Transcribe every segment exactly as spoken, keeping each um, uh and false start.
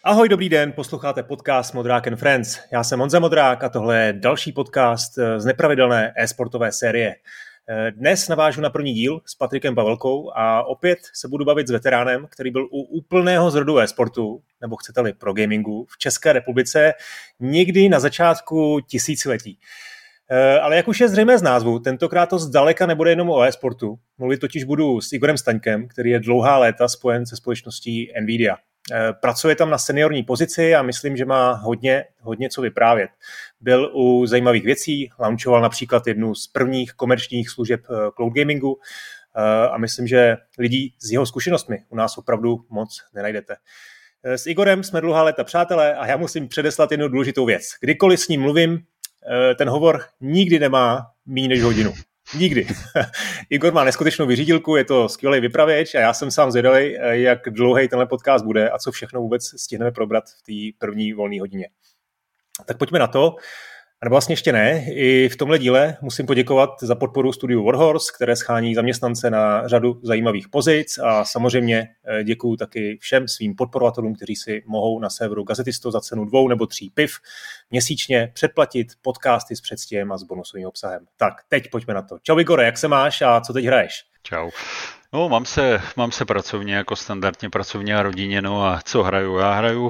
Ahoj, dobrý den, posloucháte podcast Modrák and Friends. Já jsem Honza Modrák a tohle je další podcast z nepravidelné e-sportové série. Dnes navážu na první díl s Patrikem Pavelkou a opět se budu bavit s veteránem, který byl u úplného zrodu e-sportu, nebo chcete-li pro gamingu, v České republice někdy na začátku tisíciletí. Ale jak už je zřejmé z názvu, tentokrát to zdaleka nebude jenom o e-sportu. Mluvit totiž budu s Igorem Staňkem, který je dlouhá léta spojen se společností Nvidia. Pracuje tam na seniorní pozici a myslím, že má hodně, hodně co vyprávět. Byl u zajímavých věcí, launchoval například jednu z prvních komerčních služeb cloud gamingu a myslím, že lidí s jeho zkušenostmi u nás opravdu moc nenajdete. S Igorem jsme dlouhá léta přátelé a já musím předeslat jednu důležitou věc. Kdykoliv s ním mluvím, ten hovor nikdy nemá méně než hodinu. Nikdy. Igor má neskutečnou vyřídilku, je to skvělý vypravěč a já jsem sám zvědavý, jak dlouhý tenhle podcast bude a co všechno vůbec stihneme probrat v té první volné hodině. Tak pojďme na to. A nebo vlastně ještě ne, i v tomhle díle musím poděkovat za podporu studiu Warhorse, které schání zaměstnance na řadu zajímavých pozic a samozřejmě děkuju taky všem svým podporovatelům, kteří si mohou na serveru Gazetisto za cenu dvou nebo tří piv měsíčně předplatit podcasty s předstihem a s bonusovým obsahem. Tak, teď pojďme na to. Čau Igore, jak se máš a co teď hraješ? Čau. No, mám se, mám se pracovně, jako standardně pracovně a rodině, no a co hraju? Já hraju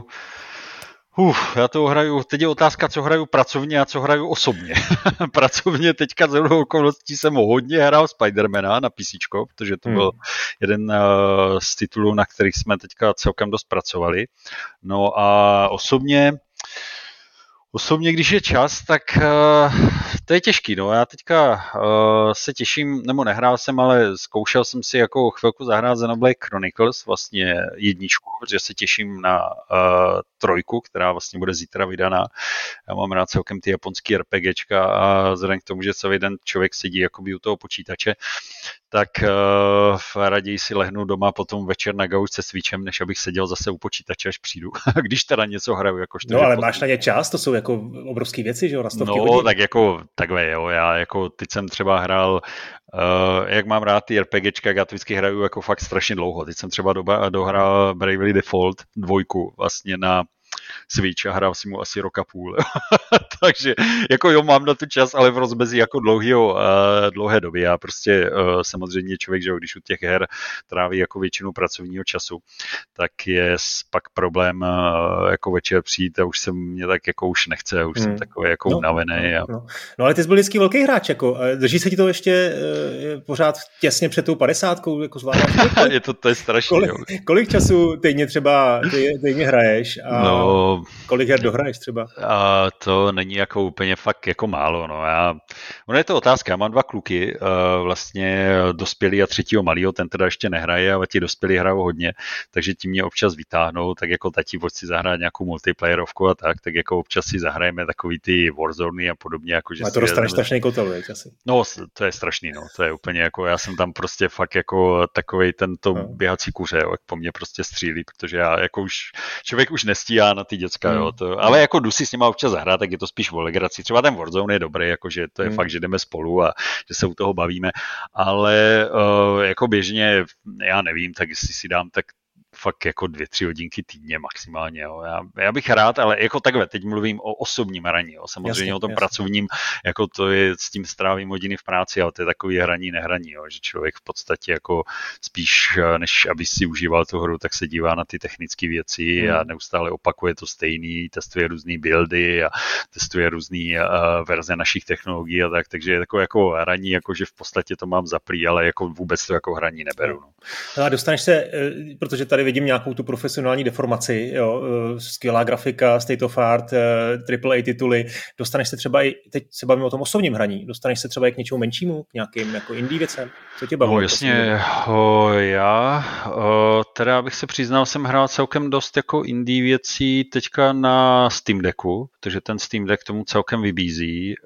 Uf, já to hraju, teď je otázka, co hraju pracovně a co hraju osobně. Pracovně teďka z okolností jsem hodně hrál Spidermana na PCčko, protože to hmm. byl jeden uh, z titulů, na kterých jsme teďka celkem dost pracovali. No a osobně, osobně když je čas, tak uh, to je těžký. No. Já teďka uh, se těším, nebo nehrál jsem, ale zkoušel jsem si jako chvilku zahrát Xenoblade Chronicles, vlastně jedničku, protože se těším na uh, trojku, která vlastně bude zítra vydaná. Já mám rád celkem ty japonský RPGčka a vzhledem k tomu, že celý den člověk sedí jakoby u toho počítače, tak uh, raději si lehnu doma potom večer na gauč se switchem, než abych seděl zase u počítače, až přijdu. Když teda něco hraju. Jakož no ale máš na ně čas, to jsou jako obrovské věci, že jo, na stovky No, hodin. tak jako takhle, jo, já jako teď jsem třeba hrál, uh, jak mám rád ty RPGčka, já to vždycky hraju jako fakt strašně dlouho. Teď jsem třeba doba, dohrál Bravely Default dvojku vlastně na Switch a hrál si mu asi rok a půl. Takže jako jo, mám na tu čas, ale v rozmezí jako dlouhýho, uh, dlouhé doby. Já prostě uh, samozřejmě člověk, že když u těch her tráví jako většinu pracovního času, tak je pak problém uh, jako večer přijít a už se mě tak jako už nechce, už hmm. jsem takový jako no, unavený. A... No. no ale ty jsi byl vždycky velký hráč, jako drží se ti to ještě uh, pořád těsně před tou padesátkou, jako zvládáš? je to, to je strašný. Kolik, kolik času týdně třeba týdně hraješ a no, kolik her dohraješ třeba? A to není jako úplně fakt jako málo. No. Já, ono je to otázka, já mám dva kluky, vlastně dospělý a třetího malýho, ten teda ještě nehraje, ale ti dospělí hrajou hodně, takže ti mě občas vytáhnou, tak jako tati, pojď si zahrát nějakou multiplayerovku a tak, tak jako občas si zahrajeme takový ty Warzone a podobně. Jako, že a to dostaneš strašný kotel, veď asi. No, to je strašný, no, to je úplně jako, já jsem tam prostě fakt jako takovej tento no. běhací kuře, jo, jak po mně prostě střílí, protože já jako už, člověk už nestíhá na ty děcka, hmm. jo, to, ale jako jdu si s nima občas zahrát, tak je to spíš o legraci. Třeba ten Warzone je dobrý, jakože to je hmm. fakt, že jdeme spolu a že se u toho bavíme, ale uh, jako běžně, já nevím, tak jestli si dám tak fakt jako dvě, tři hodinky týdně maximálně. Jo. Já, já bych rád, ale jako takhle, teď mluvím o osobním hraní. Jo. Samozřejmě jasně, o tom jasně. pracovním, jako to je s tím strávím hodiny v práci, ale to je takový hraní, nehraní, jo. Že člověk v podstatě jako spíš, než aby si užíval tu hru, tak se dívá na ty technické věci hmm. a neustále opakuje to stejný, testuje různý buildy a testuje různý uh, verze našich technologií a tak, takže je takové jako hraní, jako že v podstatě to mám zaprý, ale jako vůbec to jako hraní neberu. No. No a dostaneš se, protože tady vidím nějakou tu profesionální deformaci, jo, skvělá grafika, state of art, triple A tituly, dostaneš se třeba i, teď se bavím o tom osobním hraní, dostaneš se třeba i k něčemu menšímu, k nějakým jako indie věcem? Co tě baví? No jasně, o, já o, teda bych se přiznal, jsem hrál celkem dost jako indie věcí teďka na Steam Decku, protože ten Steam Deck tomu celkem vybízí.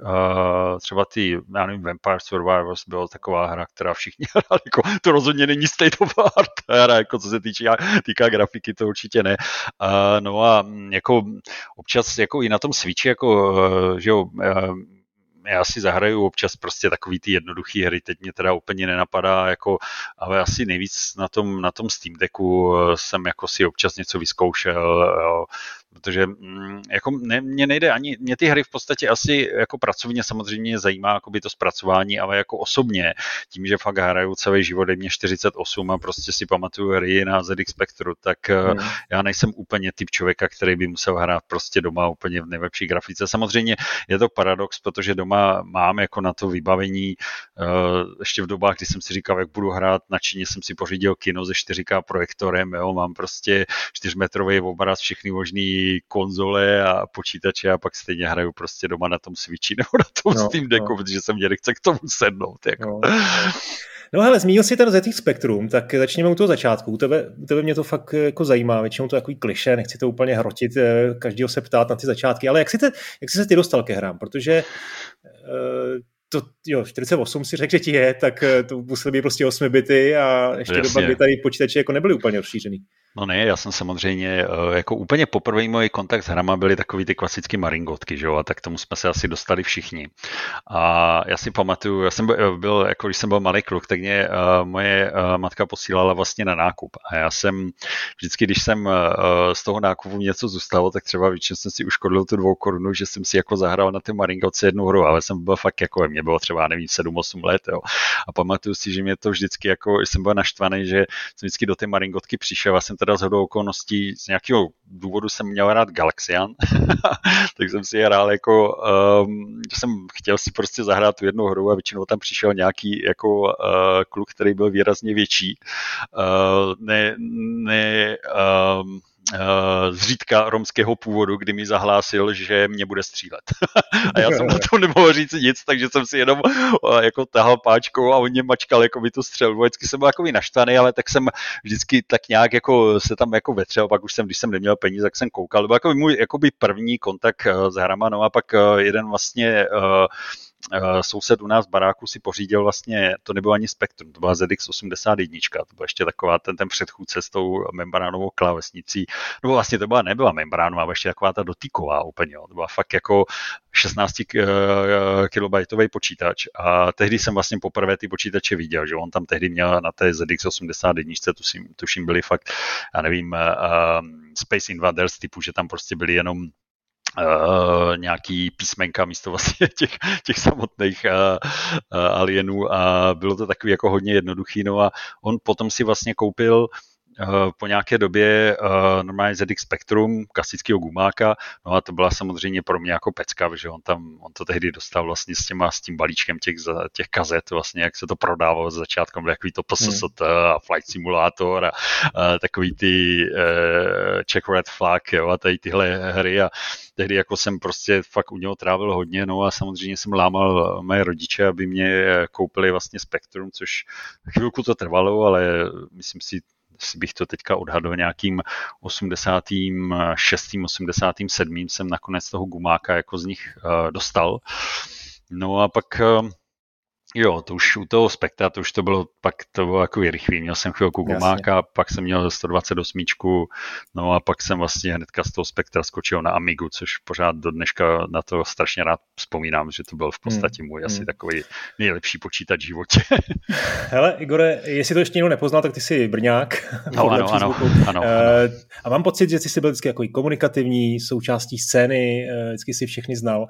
A třeba ty, já nevím, Vampire Survivors byla taková hra, která všichni hráli, jako, to rozhodně není state of art hra, jako co se týče, týká grafiky, to určitě ne. A, no a jako občas jako i na tom Switchi, jako, že jo, já si zahraju občas prostě takový ty jednoduchý hry, teď mě teda úplně nenapadá, jako, ale asi nejvíc na tom, na tom Steam Decku jsem jako si občas něco vyzkoušel, jo, protože jako ne, mě nejde ani, mě ty hry v podstatě asi jako pracovně samozřejmě zajímá jakoby to zpracování, ale jako osobně, tím, že fakt hraju celý život, je mě čtyřicet osm a prostě si pamatuju hry na Z X Spectru, tak hmm. já nejsem úplně typ člověka, který by musel hrát prostě doma úplně v nejlepší grafice. Samozřejmě je to paradox, protože doma mám jako na to vybavení, ještě v dobách, kdy jsem si říkal, jak budu hrát, na Číně jsem si pořídil kino se čtyři ká projektorem, jo, mám prostě čtyřmetrový obraz, všechny možný konzole a počítače a pak stejně hraju prostě doma na tom Switchi nebo na tom no, Steam Decku, no. Protože se mě nechce k tomu sednout. Jako. No. No hele, zmínil jsi ten Z X Spectrum, tak začněme u toho začátku. U tebe, u tebe mě to fakt jako zajímá, většinou to je takový klišé, nechci to úplně hrotit, každýho se ptát na ty začátky, ale jak jsi, te, jak jsi se ty dostal ke hrám, protože to, jo, čtyřicet osm si řekl, že ti je, tak to musely být prostě osm bity a ještě Jasně. doba, kdy tady počítače jako nebyly úplně rozšířený. No ne, já jsem samozřejmě, jako úplně poprvé můj kontakt s hrama byly takový ty klasický maringotky, že jo, a tak tomu jsme se asi dostali všichni. A já si pamatuju, já jsem byl, jako když jsem byl malý kluk, tak mě uh, moje uh, matka posílala vlastně na nákup. A já jsem vždycky, když jsem uh, z toho nákupu něco zůstalo, tak třeba většinou jsem si uškodil tu dvou korunu, že jsem si jako zahrál na ty maringotce jednu hru, ale jsem byl fakt jako, mě bylo třeba, nevím, sedm osm let, jo. A pamatuju si, že mě to vždycky jako, že jsem byl naštvaný, že jsem vždycky do té maringotky přišel a jsem teda shodou okolností, z nějakého důvodu jsem měl rád Galaxian, tak jsem si hrál jako, um, že jsem chtěl si prostě zahrát tu jednu hru a většinou tam přišel nějaký jako uh, kluk, který byl výrazně větší. Uh, ne, ne um, zřídka romského původu, kdy mi zahlásil, že mě bude střílet. A já jsem o tom nemohl říct nic, takže jsem si jenom jako tahal páčkou a on mě mačkal jako by tu střelbu. Vždycky jsem byl jako naštvaný, ale tak jsem vždycky tak nějak jako se tam jako vetřel, pak už jsem, když jsem neměl peníze, tak jsem koukal. To byl jako můj jakoby první kontakt s hrama, no a pak jeden vlastně Uh, soused u nás v baráku si pořídil vlastně, to nebylo ani Spectrum, to byla Z X osmdesát jedna, to byla ještě taková ten, ten předchůdce s tou membránovou klávesnicí, nebo vlastně to byla, nebyla membránová, ale ještě taková ta dotyková úplně, jo. To byla fakt jako šestnáct kilobajtový počítač a tehdy jsem vlastně poprvé ty počítače viděl, že on tam tehdy měl na té Z X osmdesát jedna, tuším, tuším byli fakt, já nevím, uh, Space Invaders typu, že tam prostě byli jenom Uh, nějaký písmenka místo vlastně těch, těch samotných uh, uh, alienů a bylo to takový jako hodně jednoduchý, no a on potom si vlastně koupil Uh, po nějaké době uh, normálně Z X Spectrum, klasického gumáka, no a to byla samozřejmě pro mě jako pecka, že on tam, on to tehdy dostal vlastně s těma, s tím balíčkem těch, těch kazet, vlastně, jak se to prodávalo z začátkem, byl takový to P S S T a Flight Simulator a, a takový ty uh, Check Red Flag, jo, a tady tyhle hry a tehdy jako jsem prostě fakt u něho trávil hodně, no a samozřejmě jsem lámal moje rodiče, aby mě koupili vlastně Spectrum, což chvilku to trvalo, ale myslím si, bych to teďka odhadl nějakým osmdesátým šestým osmdesátým sedmým jsem nakonec toho gumáka jako z nich uh, dostal. No a pak uh, jo, to už u toho Spektra, to už to bylo, pak to bylo jako rychlý, měl jsem chvilku gumáka, Jasně. Pak jsem měl sto dvacet osm, no a pak jsem vlastně hnedka z toho Spektra skočil na Amigu, což pořád do dneška na to strašně rád vzpomínám, že to byl v podstatě můj hmm. asi takový nejlepší počítač v životě. Hele, Igore, jestli to ještě někdo nepoznal, tak ty jsi Brňák. No, ano, ano, ano, ano. A mám pocit, že ty jsi byl vždycky jako komunikativní, součástí scény, vždycky si všechny znal.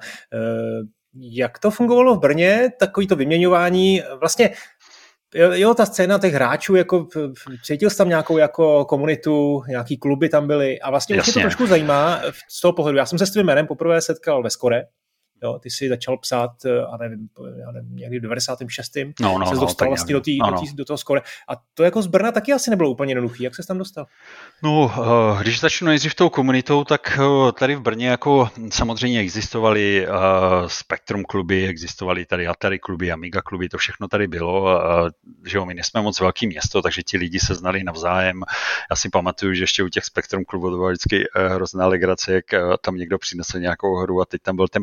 Jak to fungovalo v Brně, takový to vyměňování, vlastně jo, ta scéna těch hráčů, jako cítil jsi tam nějakou jako komunitu, nějaký kluby tam byly a vlastně už mě to trošku zajímá z toho pohledu. Já jsem se s tvým jménem poprvé setkal ve Skore, jo, ty jsi začal psát, a nevím, já nevím, někdy v devadesátém šestém No, no, se no, dostal vlastně do, tý, no, do, tý, do toho Skore. A to jako z Brna taky asi nebylo úplně jednoduchý. Jak ses tam dostal? No, když začnu nejdřív tou komunitou, tak tady v Brně jako samozřejmě existovaly uh, Spectrum kluby, existovaly tady Atari kluby, Amiga kluby, to všechno tady bylo. Uh, že jo, my nejsme moc velký město, takže ti lidi se znali navzájem. Já si pamatuju, že ještě u těch Spectrum klubů to bylo vždycky uh, hrozná legrace, jak uh, tam někdo přinesl nějakou hru a teď tam byl ten pavouk,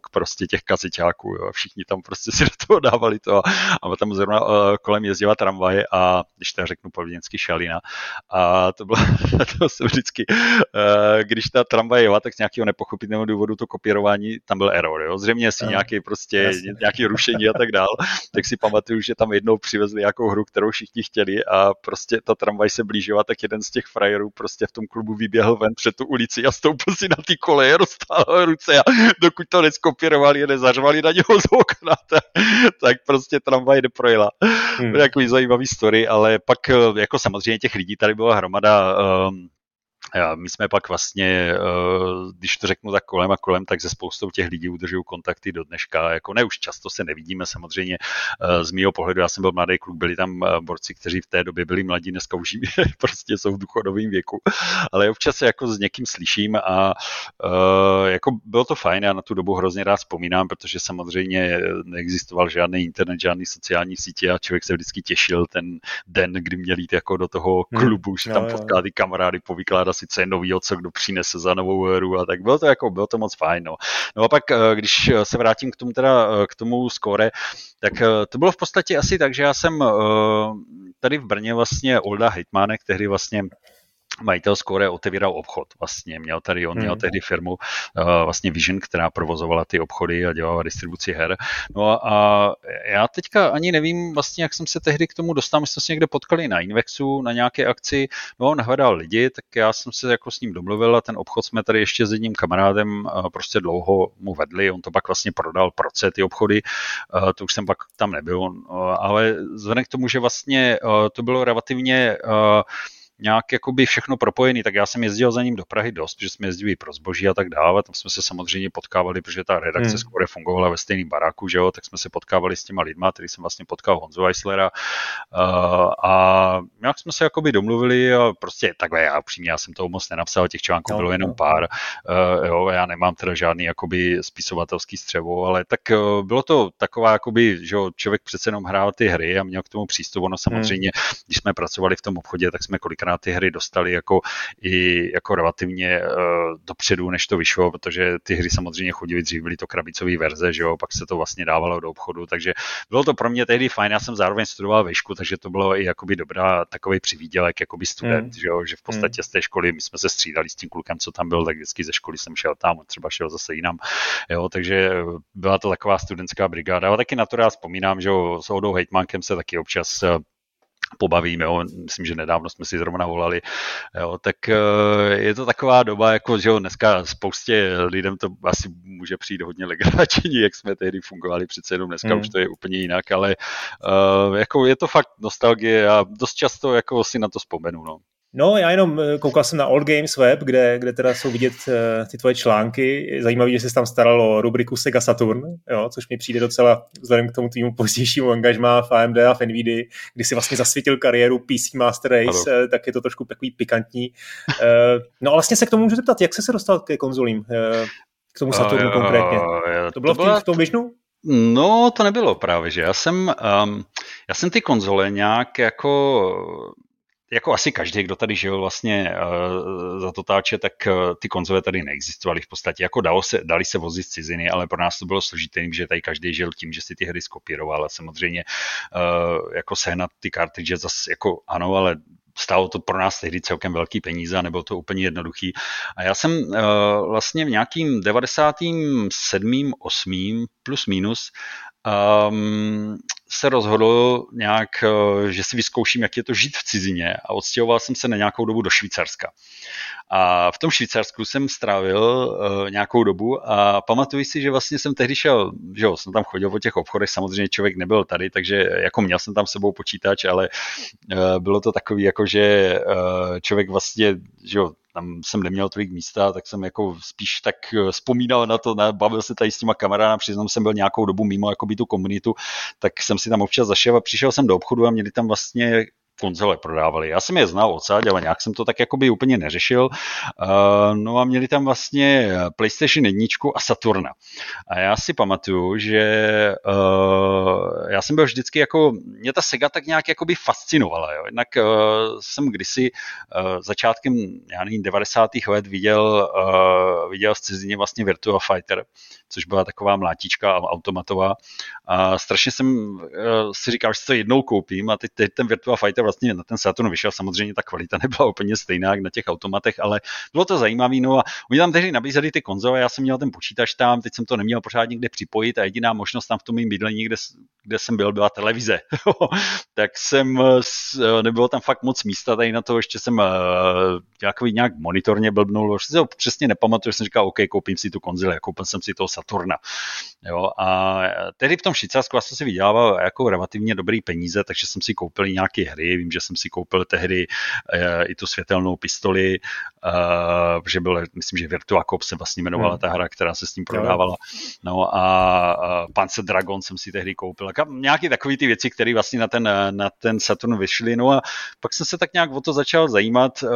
zvuk prostě těch kazeťáků, jo, všichni tam prostě si do toho dávali to a tam zrovna uh, kolem jezdila tramvaje a když to řeknu pověděnsky šalina a to bylo to se vždycky, uh, když ta tramvaj jela, tak z nějakého nepochopitelného důvodu to kopírování, tam byl error, jo, zřejmě si nějaký prostě, jasně. nějaký rušení a tak dál, tak si pamatuju, že tam jednou přivezli nějakou hru, kterou všichni chtěli a prostě ta tramvaj se blížila, tak jeden z těch frajerů prostě v tom klubu vyběhl ven před tu ulici a stoupil si na ty koleje, roztáhl ruce a dokud to neskopírovali a nezařvali na něho z okna, tak, tak prostě tramvaj neprojela. Hmm. To je takový zajímavý story, ale pak jako samozřejmě těch lidí tady byla hromada. Um, My jsme pak vlastně, když to řeknu tak kolem a kolem, tak se spoustou těch lidí udržují kontakty do dneška. Jako ne, už často se nevidíme samozřejmě z mýho pohledu. Já jsem byl mladý kluk, byli tam borci, kteří v té době byli mladí, dneska už prostě jsou v důchodovém věku. Ale občas se jako s někým slyším a jako bylo to fajn. Já na tu dobu hrozně rád vzpomínám, protože samozřejmě neexistoval žádný internet, žádný sociální sítě a člověk se vždycky těšil ten den, kdy měl jít jako do toho klubu, že tam potká ty kamarády, povykládat si co je novýho, co kdo přinese za novou hru a tak bylo to jako, bylo to moc fajn, no. No a pak, když se vrátím k tomu teda, k tomu skóre, tak to bylo v podstatě asi tak, že já jsem tady v Brně vlastně Olda Hejtmánek, tehdy vlastně majitel Skóre otevíral obchod. Vlastně měl tady, on měl hmm. tehdy firmu uh, vlastně Vision, která provozovala ty obchody a dělala distribuci her. No a já teďka ani nevím vlastně, jak jsem se tehdy k tomu dostal. My jsme se někde potkali na Invexu, na nějaké akci. No on hledal lidi, tak já jsem se jako s ním domluvil a ten obchod jsme tady ještě s jedním kamarádem uh, prostě dlouho mu vedli. On to pak vlastně prodal proce ty obchody. Uh, to už jsem pak tam nebyl. Uh, ale vzhledem k tomu, že vlastně uh, to bylo relativně uh, nějak jakoby všechno propojený, tak já jsem jezdil za ním do Prahy dost, protože jsme jezdili pro zboží a tak dále, tam jsme se samozřejmě potkávali, protože ta redakce hmm. skoro fungovala ve stejném baráku, že jo, tak jsme se potkávali s těma lidma, který jsem vlastně potkal Honzu Weislera uh, a nějak jsme se jakoby domluvili a prostě takhle já upřímně, já jsem toho moc nenapsal, těch článků no, bylo jenom no. pár, uh, jo, já nemám teda žádný jakoby spisovatelský střevo, ale tak uh, bylo to taková jakoby, že jo, člověk přece jenom hrál ty hry a měl k tomu přístup, ono samozřejmě, hmm. když jsme pracovali v tom obchodě, tak jsme kolikrát ty hry dostali jako i jako relativně uh, dopředu, než to vyšlo, protože ty hry samozřejmě chodily dřív, byly to krabicové verze, že jo, pak se to vlastně dávalo do obchodu, takže bylo to pro mě tehdy fajn, já jsem zároveň studoval výšku, takže to bylo i jakoby dobrá takový přivídělek, jakoby student, mm. že jo, že v podstatě z té školy, my jsme se střídali s tím klukem, co tam byl, tak vždycky ze školy jsem šel tam, on třeba šel zase jinam, jo, takže byla to taková studentská brigáda, a taky na to rád vzpomínám, že jo, s Oldou Hejtmánkem se taky občas pobavíme, jo. Myslím, že nedávno jsme si zrovna volali, jo. Tak je to taková doba, jako, že jo, dneska spoustě lidem to asi může přijít hodně legrační, jak jsme tehdy fungovali, přece jenom dneska mm. už to je úplně jinak, ale uh, jako je to fakt nostalgie a dost často jako si na to vzpomenu, no. No, já jenom koukal jsem na Old Games Web, kde, kde teda jsou vidět uh, ty tvoje články. Zajímavý, že jsi tam staral o rubriku Sega Saturn, jo, což mi přijde docela vzhledem k tomu tvýmu pozdějšímu angažmá v A M D a v Nvidia, kdy jsi vlastně zasvětil kariéru P C Master Race, uh, tak je to trošku takový pikantní. Uh, no a vlastně se k tomu můžu zeptat, jak jsi se dostal ke konzolím, uh, k tomu Saturnu uh, konkrétně? Uh, to bylo to v, tím, v tom Visionu? No, to nebylo právě, že já jsem, um, já jsem ty konzole nějak jako... Jako asi každý, kdo tady žil vlastně uh, za totáče, tak uh, ty konzole tady neexistovaly v podstatě. Jako dalo se, dali se vozit z ciziny, ale pro nás to bylo složité, že tady každý žil tím, že si ty hry skopíroval a samozřejmě uh, jako sehnat ty kartridže zase jako ano, ale stálo to pro nás tehdy celkem velký peníze a nebylo to úplně jednoduchý. A já jsem uh, vlastně v nějakým devadesátém sedmém osmém plus minus Um, se rozhodl nějak, že si vyzkouším, jak je to žít v cizině a odstěhoval jsem se na nějakou dobu do Švýcarska. A v tom Švýcarsku jsem strávil uh, nějakou dobu a pamatuju si, že vlastně jsem tehdy šel, že jo, jsem tam chodil po těch obchodech, samozřejmě člověk nebyl tady, takže jako měl jsem tam s sebou počítač, ale uh, bylo to takový, jako že uh, člověk vlastně, že jo, tam jsem neměl tolik místa, tak jsem jako spíš tak vzpomínal na to, bavil se tady s těma kamarádama, přiznám, jsem byl nějakou dobu mimo jakoby tu komunitu, tak jsem si tam občas zašel a přišel jsem do obchodu a měli tam vlastně konzole prodávali. Já jsem je znal odsaď, ale nějak jsem to tak jakoby úplně neřešil. Uh, no a měli tam vlastně PlayStation jedna a Saturna. A já si pamatuju, že uh, já jsem byl vždycky jako, mě ta Sega tak nějak jakoby fascinovala, jo. Jednak uh, jsem kdysi uh, začátkem, já nevím, devadesátých let viděl, uh, viděl v cizině vlastně Virtua Fighter, což byla taková mlátička automatová. A strašně jsem uh, si říkal, že si to jednou koupím a teď, teď ten Virtua Fighter vlastně na ten Saturn vyšel, samozřejmě ta kvalita nebyla úplně stejná jak na těch automatech, ale bylo to zajímavé. No a oni tam tehdy nabízeli ty konzole, já jsem měl ten počítač tam, teď jsem to neměl pořád někde připojit a jediná možnost tam v tom mým bydlení, kde, kde jsem byl, byla televize. Tak jsem, nebylo tam fakt moc místa, tady na to ještě jsem nějaký nějak monitorně blbnul, že si ho přesně nepamatuju, že jsem říkal, OK, koupím si tu konzoli, koupil jsem si toho Saturna. Jo, a tehdy v tom Švýcarsku jsem si vydělával jako relativně dobrý peníze, takže jsem si koupil nějaké hry, vím, že jsem si koupil tehdy i tu světelnou pistoli, že byl, myslím, že Virtua Cop se vlastně jmenovala hmm. ta hra, která se s tím prodávala. No a Panzer Dragon jsem si tehdy koupil. Nějaké takové ty věci, které vlastně na ten, na ten Saturn vyšly. No a pak jsem se tak nějak o to začal zajímat.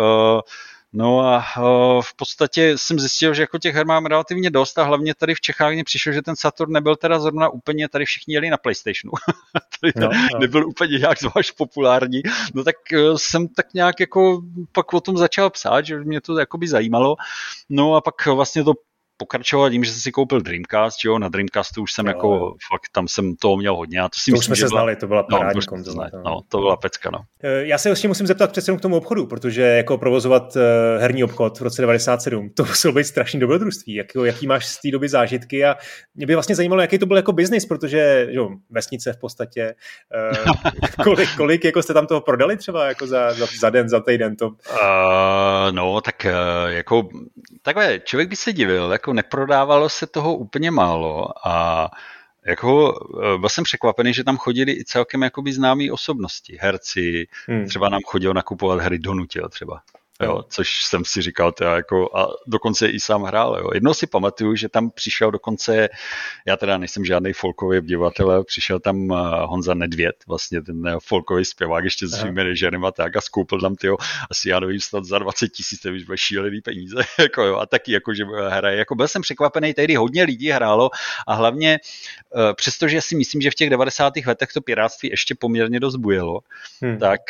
No a v podstatě jsem zjistil, že jako těch her mám relativně dost a hlavně tady v Čechách mě přišlo, že ten Saturn nebyl teda zrovna úplně, tady všichni jeli na PlayStationu. Tady no, no. Nebyl úplně nějak zvlášť populární. No tak jsem tak nějak jako pak o tom začal psát, že mě to jakoby zajímalo. No a pak vlastně to pokračoval tím, že jsem si koupil Dreamcast, jo, na Dreamcastu už jsem no, jako, no. fakt tam jsem toho měl hodně. A to si to myslím, už jsme se byla, znali, to byla parádní no, konzole. No. no, to byla pecka, no. Já se ještě musím zeptat přece k tomu obchodu, protože jako provozovat herní obchod v roce devadesát sedm, to muselo být strašný dobrodružství. Jako, jaký máš z té doby zážitky a mě by vlastně zajímalo, jaký to byl jako biznis, protože jo, vesnice v podstatě, kolik, kolik jako jste tam toho prodali třeba jako za, za, za den, za týden? To... Uh, no, tak jako takhle, člověk by se divil, jako neprodávalo se toho úplně málo a jako byl jsem překvapený, že tam chodili i celkem jakoby známí osobnosti, herci, hmm. třeba nám chodil nakupovat hry Donutil třeba. Jo, což jsem si říkal, teda jako, a dokonce i sám hrál. Jo. Jednou si pamatuju, že tam přišel dokonce, já teda nejsem žádný folkový obdivatel, přišel tam Honza Nedvěd, vlastně ten folkový zpěvák ještě s svým manažerem a tak a skoupil tam tyjo, asi já nevím, snad za dvacet tisíc, to už byly šílený peníze. Jako, jo, a taky, jako, že hraje. Jako byl jsem překvapený, tehdy hodně lidí hrálo a hlavně, přestože si myslím, že v těch devadesátých letech to pirátství ještě poměrně dost bujelo, hmm. tak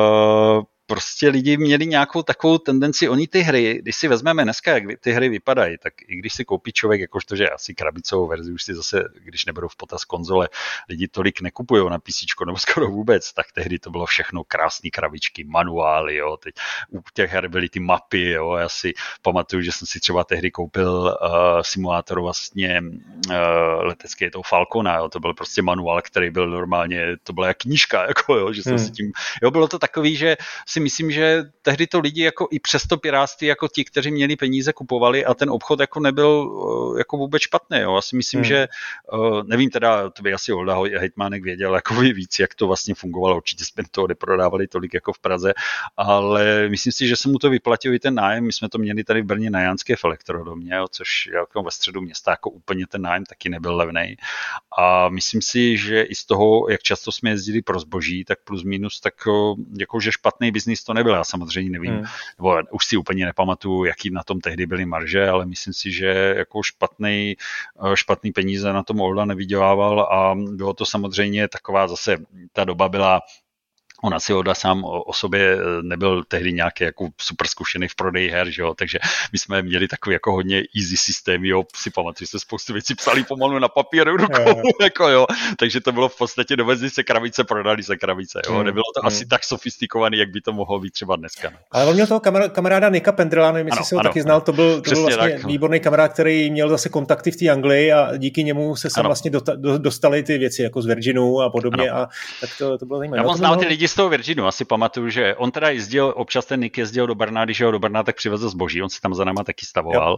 prostě lidi měli nějakou takovou tendenci, oni ty hry, když si vezmeme dneska, jak ty hry vypadají, tak i když si koupí člověk, jakožto, že asi krabicovou verzi, už si zase, když neberou v potaz konzole, lidi tolik nekupují na PCčko nebo skoro vůbec, tak tehdy to bylo všechno krásné krabičky, manuály, jo, teď u těch her byly ty mapy, jo, já si pamatuju, že jsem si třeba tehdy koupil uh, simulátor vlastně uh, letecké toho Falcona, jo, to byl prostě manuál, který byl normálně, to byla jak knížka, jako, jo, že jsem hmm. si tím, jo, bylo to takový, že si myslím, že tehdy to lidi jako i přes to pirátství jako ti, kteří měli peníze, kupovali a ten obchod jako nebyl jako vůbec špatný. Jo. Já si myslím, hmm. že nevím teda, to by asi Olda Hejtmánek věděl jako víc, jak to vlastně fungovalo. Určitě jsme to neprodávali tolik jako v Praze, ale myslím si, že se mu to vyplatil i ten nájem. My jsme to měli tady v Brně na Janské v Elektrodomě, jo, což jako ve středu města jako úplně ten nájem taky nebyl levnej. A myslím si, že i z toho, jak často jsme jezdili pro zboží, tak plus minus, tak jakože špatný biznis to nebyl, já samozřejmě nevím, hmm. nebo už si úplně nepamatuju, jaký na tom tehdy byly marže, ale myslím si, že jako špatný, špatný peníze na tom Olda nevydělával a bylo to samozřejmě taková zase, ta doba byla. On asi Olda sám o sobě nebyl tehdy nějaký jako super zkušený v prodeji her, že jo? Takže my jsme měli takový jako hodně easy systém, jo, si pamatuju, že jsme spoustu věcí psali pomalu na papíru rukou, jako jo, takže to bylo v podstatě dovezli se krabice, prodali se krabice, jo, nebylo to hmm. asi tak sofistikovaný, jak by to mohlo být třeba dneska. No. Ale on měl toho kamar- kamaráda Nika Pendrela, nevím, jestli si ho ano, taky znal, to byl, to byl vlastně tak, výborný kamarád, který měl zase kontakty v té Anglii a díky němu se sem vlastně do, do, dostali ty věci jako z Virginu a podobně ano. A tak to, to bylo zajímavé. Já moc znal ty lidi z toho Virginu, asi pamatuju, že on teda jezdil, občas ten Nick jezdil do Brna, když ho do Brna, tak přivezl zboží, on se tam za náma taky stavoval. Jo.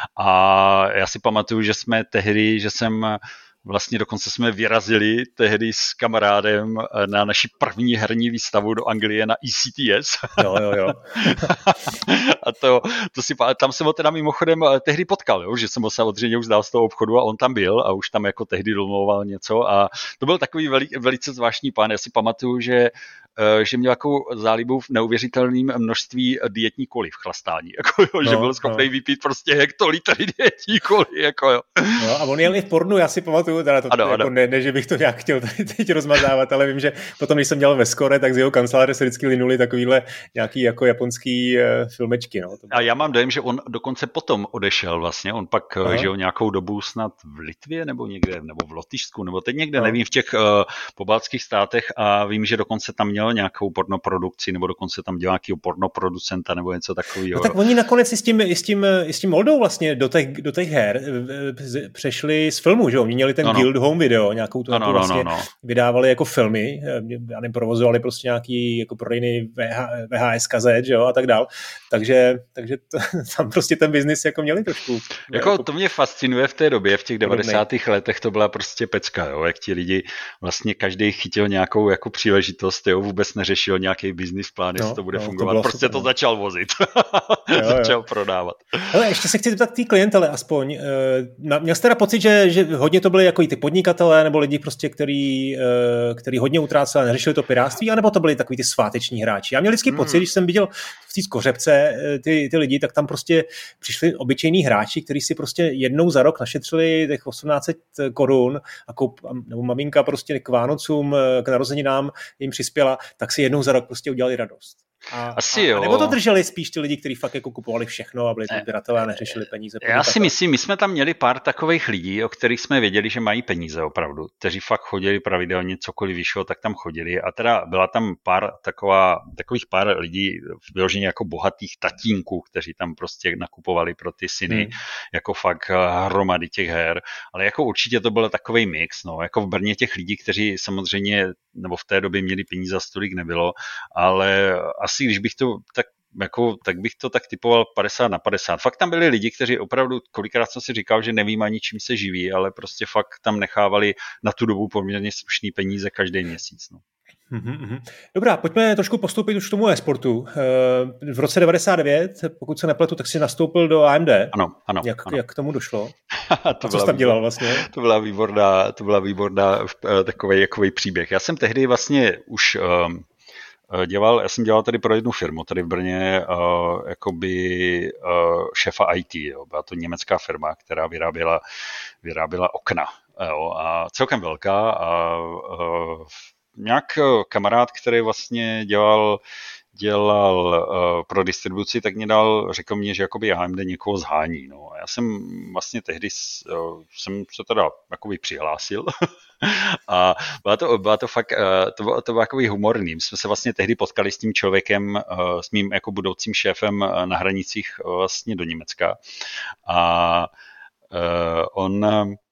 A já si pamatuju, že jsme tehdy, že jsem vlastně dokonce jsme vyrazili tehdy s kamarádem na naši první herní výstavu do Anglie na E C T S. Jo, jo, jo. A to, to si, tam jsem ho teda mimochodem tehdy potkal, jo, že jsem ho samozřejmě už dal z toho obchodu a on tam byl a už tam jako tehdy domlouval něco a to byl takový veli, velice zvláštní pán. Já si pamatuju, že že měl jako zálibu v neuvěřitelném množství dietní koly v chlastání, jako jo, no, že byl schopný no. vypít prostě hektolitry dietní koly, jako jo. No, a on jel i v pornu, já si pamatuju, pamatuju, teda to, ano, jako ano. Ne, ne, že bych to nějak chtěl tady teď rozmazávat, ale vím, že potom, když jsem dělal ve Skore, tak z jeho kanceláře se vždycky linuli takovýhle nějaký jako japonský uh, filmečky. No. A já mám dojem, že on dokonce potom odešel vlastně, on pak Aha. žil nějakou dobu snad v Litvě nebo někde, nebo v Lotyšsku, nebo teď někde, Aha. nevím, v těch uh, pobaltských státech a vím, že dokonce tam měl nějakou pornoprodukci, nebo dokonce tam dělal nějakého pornoproducenta, nebo něco takového. No tak oni nakonec i s tím, i s tím, i s tím Moldou vlastně do těch, do těch her přešli z filmu, že jo? Oni měli ten no, no. Guild Home Video, nějakou tu no, no, vlastně no, no. vydávali jako filmy, já nevím, provozovali prostě nějaký jako prodejny V H S kazet, že jo, a tak dál. Takže, takže to, tam prostě ten biznis jako měli trošku. Jako, jako to mě fascinuje v té době, v těch devadesátých letech to byla prostě pecka, jo, jak ti lidi vlastně každý chytil nějakou jako příležitost, jo, vůbec neřešil nějaký business plán, jestli no, to bude no, fungovat, to prostě super, to začal vozit, jo, začal jo. prodávat. Ale ještě se chci zeptat té klientele aspoň, měl jste teda pocit, že, že hodně to byly jako i ty podnikatelé, nebo lidi prostě, který, který hodně utráceli a neřešili to pirátství, anebo to byli takový ty sváteční hráči? Já měl vždycky hmm. pocit, když jsem viděl v té Skořepce ty, ty lidi, tak tam prostě přišli obyčejní hráči, kteří si prostě jednou za rok našetřili těch osmnáct set korun a koup, nebo maminka prostě k Vánocům, k narozeninám jim přispěla, tak si jednou za rok prostě udělali radost. A, Asi a, jo. A nebo to drželi spíš ty lidi, kteří fakt jako kupovali všechno a byli odběratelé a neřešili peníze. Já si myslím, my jsme tam měli pár takových lidí, o kterých jsme věděli, že mají peníze opravdu, kteří fakt chodili pravidelně, cokoliv vyšlo, tak tam chodili. A teda byla tam pár taková, takových pár lidí vyloženě jako bohatých tatínků, kteří tam prostě nakupovali pro ty syny, hmm. jako fakt hromady těch her. Ale jako určitě to byl takovej mix, no. Jako v Brně těch lidí, kteří samozřejmě, nebo v té době měli peníze, stolik nebylo, ale asi když bych to tak jako, tak bych to tak typoval padesát na padesát. Fakt tam byli lidi, kteří opravdu, kolikrát jsem si říkal, že nevím ani čím se živí, ale prostě fakt tam nechávali na tu dobu poměrně slušný peníze každý měsíc. No. Dobrá, pojďme trošku postoupit už k tomu e-sportu. V roce devadesát devět, pokud se nepletu, tak si nastoupil do A M D. Ano, ano. Jak, ano. jak k tomu došlo? to A co jsi tam dělal vlastně? To byla výborná, to byla výborná takový, takový příběh. Já jsem tehdy vlastně už um, dělal, já jsem dělal tady pro jednu firmu tady v Brně, uh, jakoby uh, šéfa I T, jo. Byla to německá firma, která vyráběla, vyráběla okna, jo, a celkem velká a uh, nějak kamarád, který vlastně dělal, dělal uh, pro distribuci, tak mě dal, řekl mě, že jakoby A M D někoho zhání. No. A já jsem vlastně tehdy uh, jsem se teda jakoby přihlásil a byla to, byla to fakt, uh, to bylo, to bylo jakoby humorný. My jsme se vlastně tehdy potkali s tím člověkem, uh, s mým jako budoucím šéfem uh, na hranicích uh, vlastně do Německa a uh, on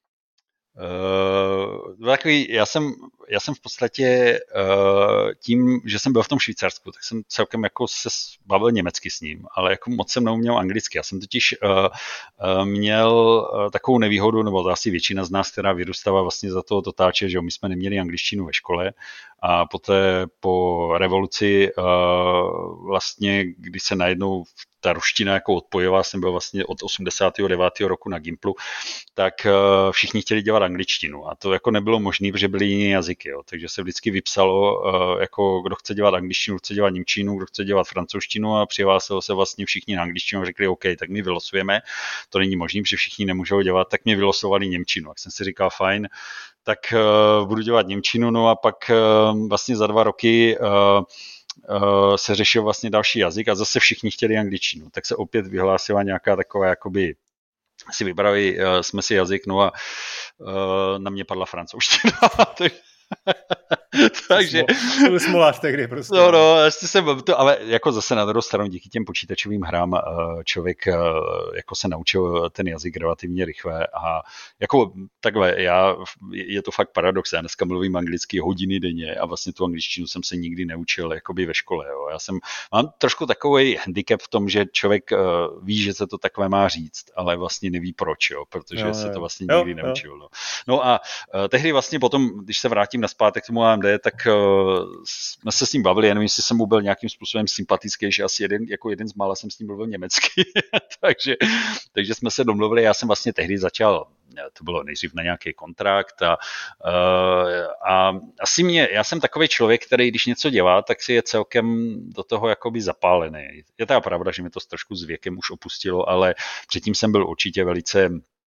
Uh, takový, já, jsem, já jsem v podstatě uh, tím, že jsem byl v tom Švýcarsku, tak jsem celkem jako se bavil německy s ním, ale jako moc jsem neuměl anglicky. Já jsem totiž uh, uh, měl uh, takovou nevýhodu, nebo asi většina z nás, která vyrůstala vlastně za toho totáče, že my jsme neměli angličtinu ve škole a poté po revoluci uh, vlastně, když se najednou ta ruština jako odpojovala, jsem byl vlastně od osmdesátého devátého roku na Gimplu, tak uh, všichni chtěli dělat angličtinu a to jako nebylo možné, protože byly jiné jazyky, jo. Takže se vždycky vypsalo, uh, jako kdo chce dělat angličtinu, kdo chce dělat němčinu, kdo chce dělat francouzštinu a přihlásilo se vlastně všichni na angličtinu a řekli, OK, tak my vylosujeme, to není možné, že všichni nemůžou dělat, tak mě vylosovali němčinu. Tak jsem si říkal, fajn, tak uh, budu dělat němčinu, no a pak uh, vlastně za dva roky uh, Uh, se řešil vlastně další jazyk a zase všichni chtěli angličtinu. Tak se opět vyhlásila nějaká taková, jakoby si vybrali uh, jsme si jazyk, no a uh, na mě padla francouzština. Takže... To byl smolář tehdy prostě. No, no, ještě jsem to, ale jako zase na druhou stranu díky těm počítačovým hrám člověk jako se naučil ten jazyk relativně rychle a jako takhle, já, je to fakt paradox, já dneska mluvím anglicky hodiny denně a vlastně tu angličtinu jsem se nikdy neučil jakoby ve škole, jo. Já jsem, mám trošku takový handicap v tom, že člověk ví, že se to takhle má říct, ale vlastně neví proč, jo, protože jo, se to vlastně jo, nikdy jo. neučil. No. no a tehdy vlastně potom, když se vrátím nazpátek k tomu A M D, tak uh, jsme se s ním bavili, já nevím, jestli jsem mu byl nějakým způsobem sympatický, že asi jeden, jako jeden z mála jsem s ním mluvil německy, takže, takže jsme se domluvili, já jsem vlastně tehdy začal, to bylo nejdřív na nějaký kontrakt a, uh, a asi mě, já jsem takový člověk, který když něco dělá, tak si je celkem do toho jakoby zapálený. Je ta pravda, že mi to trošku s věkem už opustilo, ale předtím jsem byl určitě velice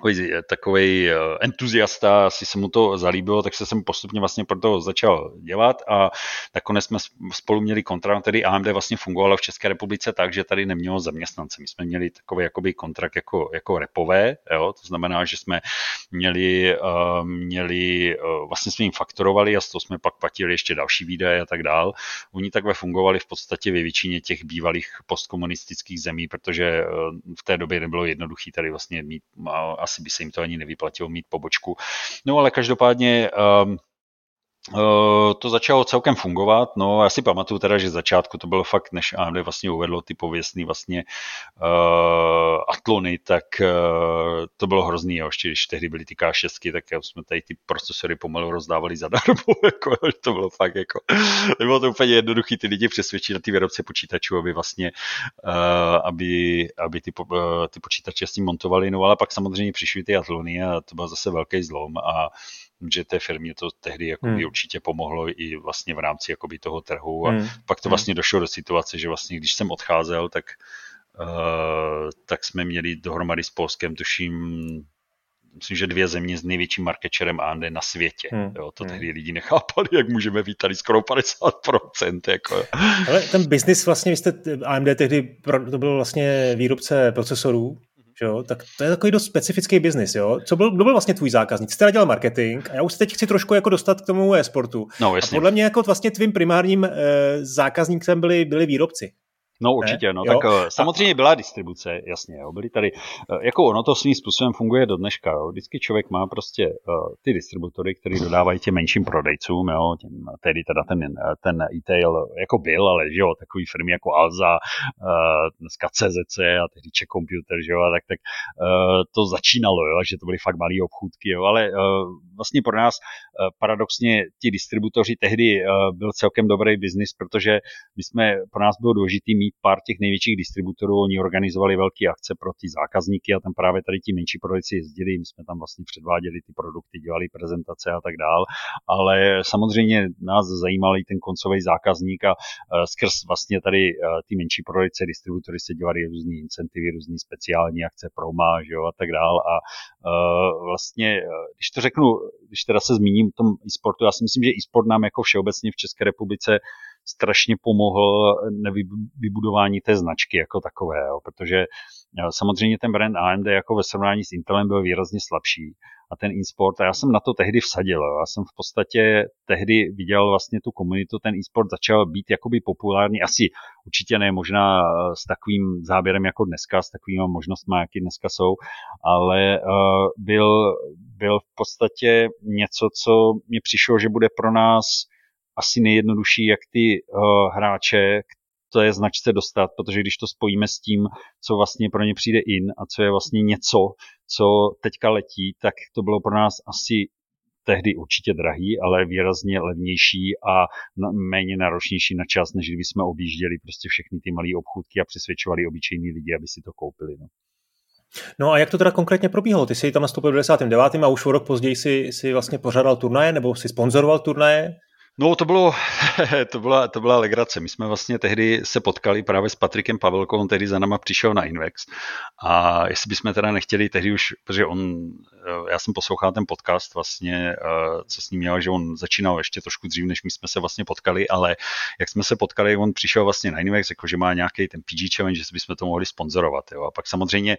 takový entuziasta, asi se mu to zalíbilo, tak se jsem postupně vlastně pro to začal dělat a nakonec jsme spolu měli kontrakt, tedy A M D vlastně fungovalo v České republice tak, že tady nemělo zaměstnance. My jsme měli takový jakoby kontrakt jako, jako repové, jo? To znamená, že jsme měli, uh, měli uh, vlastně jsme jim fakturovali a z toho jsme pak platili ještě další výdaje a tak dál. Oni takhle fungovali v podstatě ve většině těch bývalých postkomunistických zemí, protože uh, v té době nebylo jednoduché tady vlastně mít, uh, asi by se jim to ani nevyplatilo mít pobočku. No ale každopádně um, Uh, to začalo celkem fungovat, no já si pamatuju teda, že začátku to bylo fakt, než A M D vlastně uvedlo ty pověstný vlastně uh, Atlony, tak uh, to bylo hrozný, jo, ještě když tehdy byly ty K šest, tak jsme tady ty procesory pomalu rozdávali zadarmo, jako, to bylo fakt jako, nebylo to úplně jednoduchý ty lidi přesvědčit na ty výrobce počítačů, aby vlastně, uh, aby, aby ty, uh, ty počítače s tím montovali, no ale pak samozřejmě přišly ty Atlony a to byl zase velký zlom a že té firmě to tehdy jakoby hmm. určitě pomohlo i vlastně v rámci jakoby toho trhu a hmm. pak to vlastně došlo do situace, že vlastně když jsem odcházel, tak, uh, tak jsme měli dohromady s Polskem, tuším, myslím, že dvě země s největším market sharem A M D na světě. Hmm. Jo, to tehdy lidi nechápali, jak můžeme být tady skoro padesát procent. Jako. Ale ten biznis vlastně, vy jste A M D tehdy, to byl vlastně výrobce procesorů, jo, tak to je takový dost specifický biznis, jo. Co byl, kdo byl vlastně tvůj zákazník? Jsi teda dělal marketing a já už se teď chci trošku jako dostat k tomu e-sportu. No, a podle mě jako vlastně tvým primárním e, zákazníkem byli, byli výrobci. No určitě, ne? no jo? Tak samozřejmě byla distribuce, jasně, jo, byly tady, jako ono to svým způsobem funguje do dneška, jo, vždycky člověk má prostě uh, ty distributory, který dodávají těm menším prodejcům, jo, těm, tedy teda ten, ten e-tail jako byl, ale že jo, takový firmy jako Alza, uh, dneska C Z C a tehdy Czech Computer, že jo, a tak, tak uh, to začínalo, jo, že to byly fakt malý obchůdky, jo, ale uh, vlastně pro nás uh, paradoxně ti distributoři tehdy uh, byl celkem dobrý biznis, protože my jsme, pro nás bylo důležitý mít pár těch největších distributorů, oni organizovali velké akce pro ty zákazníky a tam právě tady ti menší prodejci jezdili, my jsme tam vlastně předváděli ty produkty, dělali prezentace a tak dál, ale samozřejmě nás zajímal i ten koncový zákazník a uh, skrz vlastně tady uh, ty menší prodejce, distributory se dělali různý incentivy, různý speciální akce, proma, že jo, a tak dál a uh, vlastně, uh, když to řeknu, když teda se zmíním o tom e-sportu, já si myslím, že e-sport nám jako všeobecně v České republice strašně pomohl vybudování té značky jako takové, jo, protože samozřejmě ten brand A M D jako ve srovnání s Intelem byl výrazně slabší a ten e-sport, a já jsem na to tehdy vsadil, jo, já jsem v podstatě tehdy viděl vlastně tu komunitu, ten e-sport začal být jakoby populární, asi určitě ne možná s takovým záběrem jako dneska, s takovými možnostmi, jaký dneska jsou, ale uh, byl, byl v podstatě něco, co mi přišlo, že bude pro nás asi nejjednodušší, jak ty uh, hráče k té značce dostat, protože když to spojíme s tím, co vlastně pro ně přijde in a co je vlastně něco, co teďka letí, tak to bylo pro nás asi tehdy určitě drahý, ale výrazně levnější a méně náročnější na čas, než kdyby jsme objížděli prostě všechny ty malé obchůdky a přesvědčovali obyčejní lidi, aby si to koupili. No. No a jak to teda konkrétně probíhalo? Ty jsi tam nastoupil v devadesátém devátém a už o rok později si, si vlastně pořádal turnaje nebo si sponzoroval turnaje? No to bylo, to byla, to byla legrace. My jsme vlastně tehdy se potkali právě s Patrikem Pavelkou, on tehdy za náma přišel na Invex a jestli bychom teda nechtěli tehdy už, protože on, já jsem poslouchal ten podcast vlastně, co s ním měl, že on začínal ještě trošku dřív, než my jsme se vlastně potkali, ale jak jsme se potkali, on přišel vlastně na Invex, jakože má nějaký ten P G Challenge, že bychom to mohli sponzorovat. Jo. A pak samozřejmě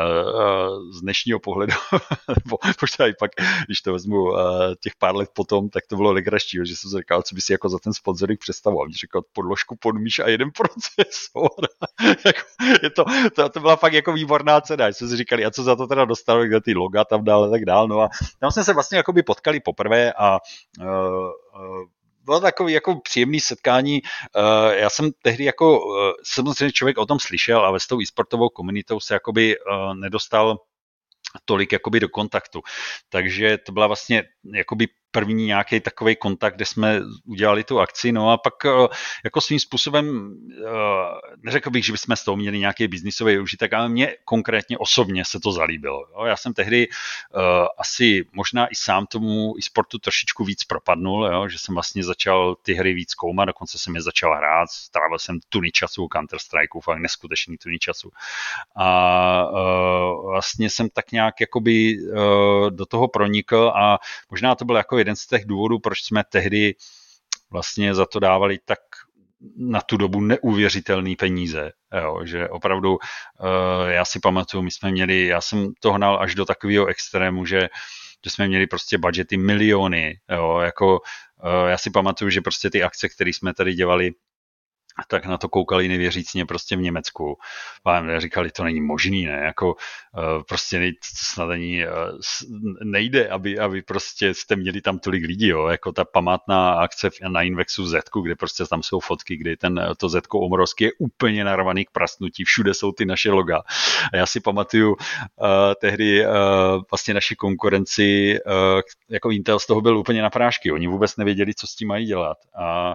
z dnešního pohledu, možná i pak, když to vezmu těch pár let potom, tak to bylo legrační, že jsem říkal, co by si jako za ten sponsoring představoval. Mě říkal podložku podmíš a jeden procesor. je to, to, to byla fakt jako výborná cena. Jsme si říkali, a co za to teda dostalo, kde ty loga tam dál a tak dál. No a tam jsme se vlastně jakoby potkali poprvé a uh, uh, bylo takový jako příjemný setkání. Uh, já jsem tehdy jako, uh, samozřejmě člověk o tom slyšel, ale s tou e-sportovou komunitou se jakoby uh, nedostal tolik jakoby do kontaktu. Takže to byla vlastně jakoby první nějaký takový kontakt, kde jsme udělali tu akci, no a pak jako svým způsobem, neřekl bych, že bychom z toho měli nějaký biznisový užitek, ale mně konkrétně osobně se to zalíbilo. Jo. Já jsem tehdy asi možná i sám tomu i sportu trošičku víc propadnul, jo, že jsem vlastně začal ty hry víc zkoumat, dokonce jsem je začal hrát, strávil jsem tuny času u Counter-Strikeu, fakt neskutečný tuny času. A vlastně jsem tak nějak jakoby do toho pronikl a možná to byl jako jeden z těch důvodů, proč jsme tehdy vlastně za to dávali tak na tu dobu neuvěřitelné peníze. Jo, že opravdu, uh, já si pamatuju, my jsme měli, já jsem to hnal až do takového extrému, že, že jsme měli prostě budžety miliony. Jo, jako, uh, já si pamatuju, že prostě ty akce, které jsme tady dělali, tak na to koukali nevěřícně prostě v Německu. A říkali, to není možný, ne? Jako prostě nej, snad ani nejde, aby, aby prostě jste měli tam tolik lidí, jo? Jako ta památná akce na Invexu v Zetku, kde prostě tam jsou fotky, kdy ten, to Zetko Omrovský je úplně narvaný k prasnutí, všude jsou ty naše loga. A já si pamatuju uh, tehdy uh, vlastně naši konkurenci, uh, jako Intel z toho byl úplně na prášky, oni vůbec nevěděli, co s tím mají dělat. A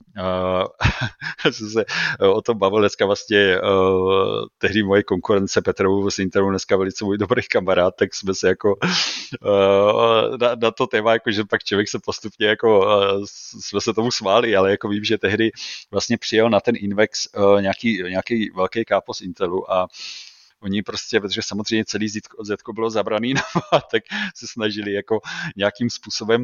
uh, jsem se o tom bavil dneska vlastně uh, tehdy moje konkurence Petrovu z Interu, dneska velice můj dobrý kamarád, tak jsme se jako uh, na, na to téma, jako, že pak člověk se postupně jako uh, jsme se tomu smáli, ale jako vím, že tehdy vlastně přijel na ten Invex uh, nějaký, nějaký velký kápo z Intelu a oni prostě, protože samozřejmě celý Zetko bylo zabraný, tak se snažili jako nějakým způsobem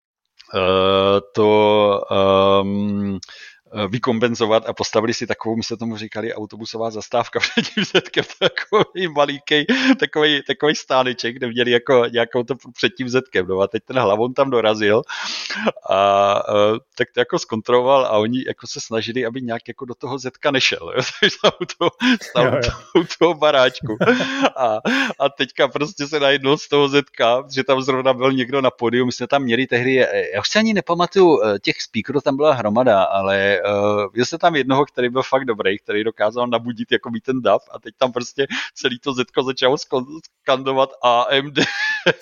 uh, to um, vykompenzovat a postavili si takovou, my se tomu říkali, autobusová zastávka před tím Zetkem, takový maliký, takový, takový stáneček, kde měli jako nějakou to před tím Zetkem, no a teď ten hlavon tam dorazil a, a tak to jako zkontroloval a oni jako se snažili, aby nějak jako do toho Zetka nešel, jo, stál u toho, stál u toho baráčku a, a teďka prostě se najednou z toho Zetka, že tam zrovna byl někdo na pódiu, my jsme tam měli tehdy, já už si ani nepamatuju, těch speakerů tam byla hromada, ale Uh, byl jsem tam jednoho, který byl fakt dobrý, který dokázal nabudit jako by ten dav a teď tam prostě celý to Zetko začalo skandovat A M D.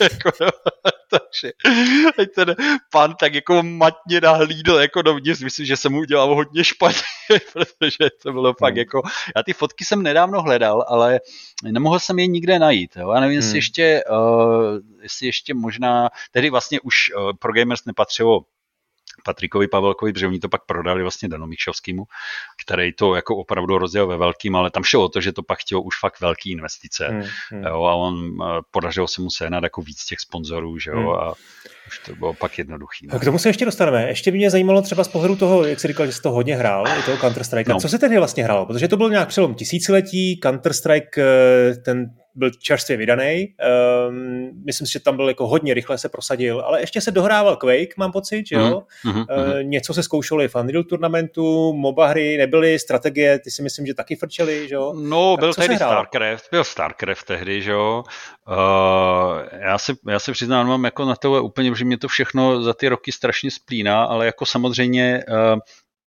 Takže teď ten pan tak jako matně nahlídl jako dovnitř, myslím, že jsem mu udělal hodně špatně, protože to bylo fakt hmm. jako, já ty fotky jsem nedávno hledal, ale nemohl jsem je nikde najít, jo? Já nevím, hmm. jestli ještě, uh, jestli ještě možná, tedy vlastně už uh, Pro Gamers nepatřilo Patrikovi Pavelkovi, protože oni to pak prodali vlastně Danu Mikšovskému, který to jako opravdu rozděl ve velkým, ale tam šlo o to, že to pak chtělo už fakt velký investice. Hmm, hmm. Jo, a on podařilo se mu sehnat jako víc těch sponzorů, že jo, hmm. a už to bylo pak jednoduchý. No. K tomu se ještě dostaneme. Ještě by mě zajímalo třeba z pohledu toho, jak jsi říkal, že jsi to hodně hrál, i toho Counter-Strike. No. Co se tedy vlastně hrálo? Protože to byl nějak přelom tisíciletí, Counter-Strike, ten byl čerstvě vydaný. Um, myslím si, že tam byl jako hodně rychle se prosadil, ale ještě se dohrával Quake, mám pocit, že jo? Mm, mm, uh, něco se zkoušelo i v Unreal Tournamentu, MOBA hry nebyly, strategie, ty si myslím, že taky frčely, že jo? No, tak byl tehdy StarCraft, byl StarCraft tehdy, že jo? Uh, já, si, já si přiznám, mám jako na to úplně, že mě to všechno za ty roky strašně splíná, ale jako samozřejmě uh,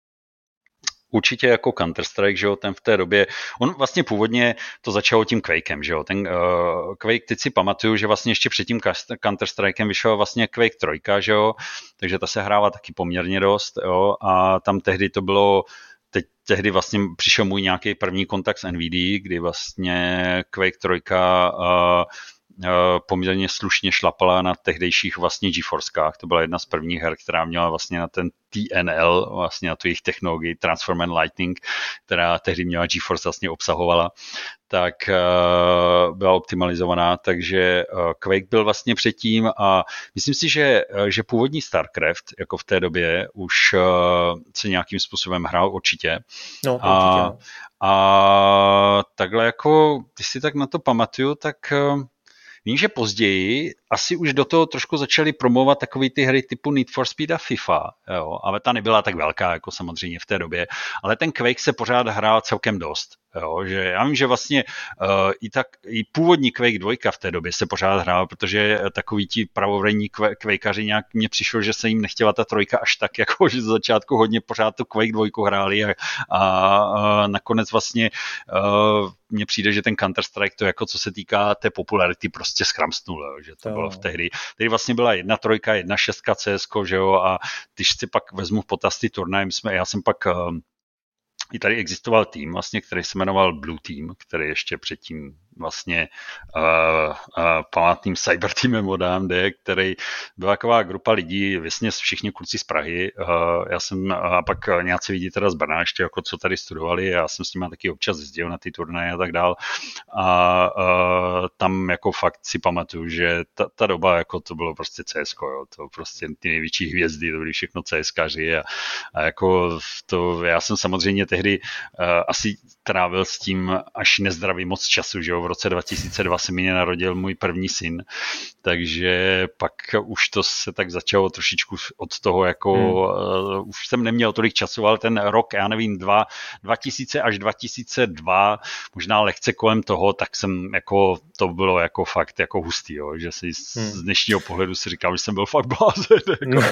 určitě jako Counter-Strike, že jo, ten v té době, on vlastně původně to začalo tím Quakem, že jo, ten uh, Quake, teď si pamatuju, že vlastně ještě před tím Counter-Strikem vyšel vlastně Quake tři, že jo, takže ta se hrála taky poměrně dost, jo, a tam tehdy to bylo, teď tehdy vlastně přišel můj nějaký první kontakt s N V D, kdy vlastně Quake tři uh, poměrně slušně šlapala na tehdejších vlastně GeForcekách. To byla jedna z prvních her, která měla vlastně na ten T N L, vlastně na tu jejich technologii Transform and Lightning, která tehdy měla GeForce vlastně obsahovala, tak uh, byla optimalizovaná, takže uh, Quake byl vlastně předtím a myslím si, že, že původní StarCraft, jako v té době, už uh, se nějakým způsobem hrál určitě. No, to a, určitě, no. a takhle jako, když si tak na to pamatuju, tak uh, vím, že později asi už do toho trošku začali promovat takový ty hry typu Need for Speed a FIFA, jo, ale ta nebyla tak velká, jako samozřejmě v té době, ale ten Quake se pořád hrál celkem dost. Jo, že já vím, že vlastně uh, i, tak, i původní Quake dva v té době se pořád hrál, protože takový ti pravovrejní Quakeaři nějak mně přišlo, že se jim nechtěla ta trojka až tak, jako že z začátku hodně pořád tu Quake dva hráli a, a, a nakonec vlastně uh, mně přijde, že ten Counter-Strike to jako co se týká té popularity prostě schramstnul, že to, to bylo jo, v tehdy. Tehdy vlastně byla jedna trojka, jedna šestka C S K O, že jo, a když si pak vezmu v potaz ty turnaje, jsme, já jsem pak i tady existoval tým, vlastně, který se jmenoval Blue Team, který ještě předtím vlastně uh, uh, památným cyber týmem od A M D, který byla taková grupa lidí, vlastně všichni kluci z Prahy. Uh, já jsem a pak nějací lidi teda z Brna ještě, jako co tady studovali, já jsem s nimi taky občas jezdil na ty turnaje a tak dál. A uh, tam jako fakt si pamatuju, že ta, ta doba, jako to bylo prostě C S K O, jo, to prostě ty největší hvězdy, to byly všechno CSkaři a, a jako to, já jsem samozřejmě tehdy uh, asi trávil s tím až nezdravý moc času, že jo, v roce dva tisíce dva se mi narodil můj první syn, takže pak už to se tak začalo trošičku od toho, jako hmm. uh, už jsem neměl tolik času, ale ten rok, já nevím, dva, dva tisíce až dva tisíce dva, možná lehce kolem toho, tak jsem jako, to bylo jako fakt jako hustý, jo, že si hmm. z dnešního pohledu si říkal, že jsem byl fakt blázen. Jako.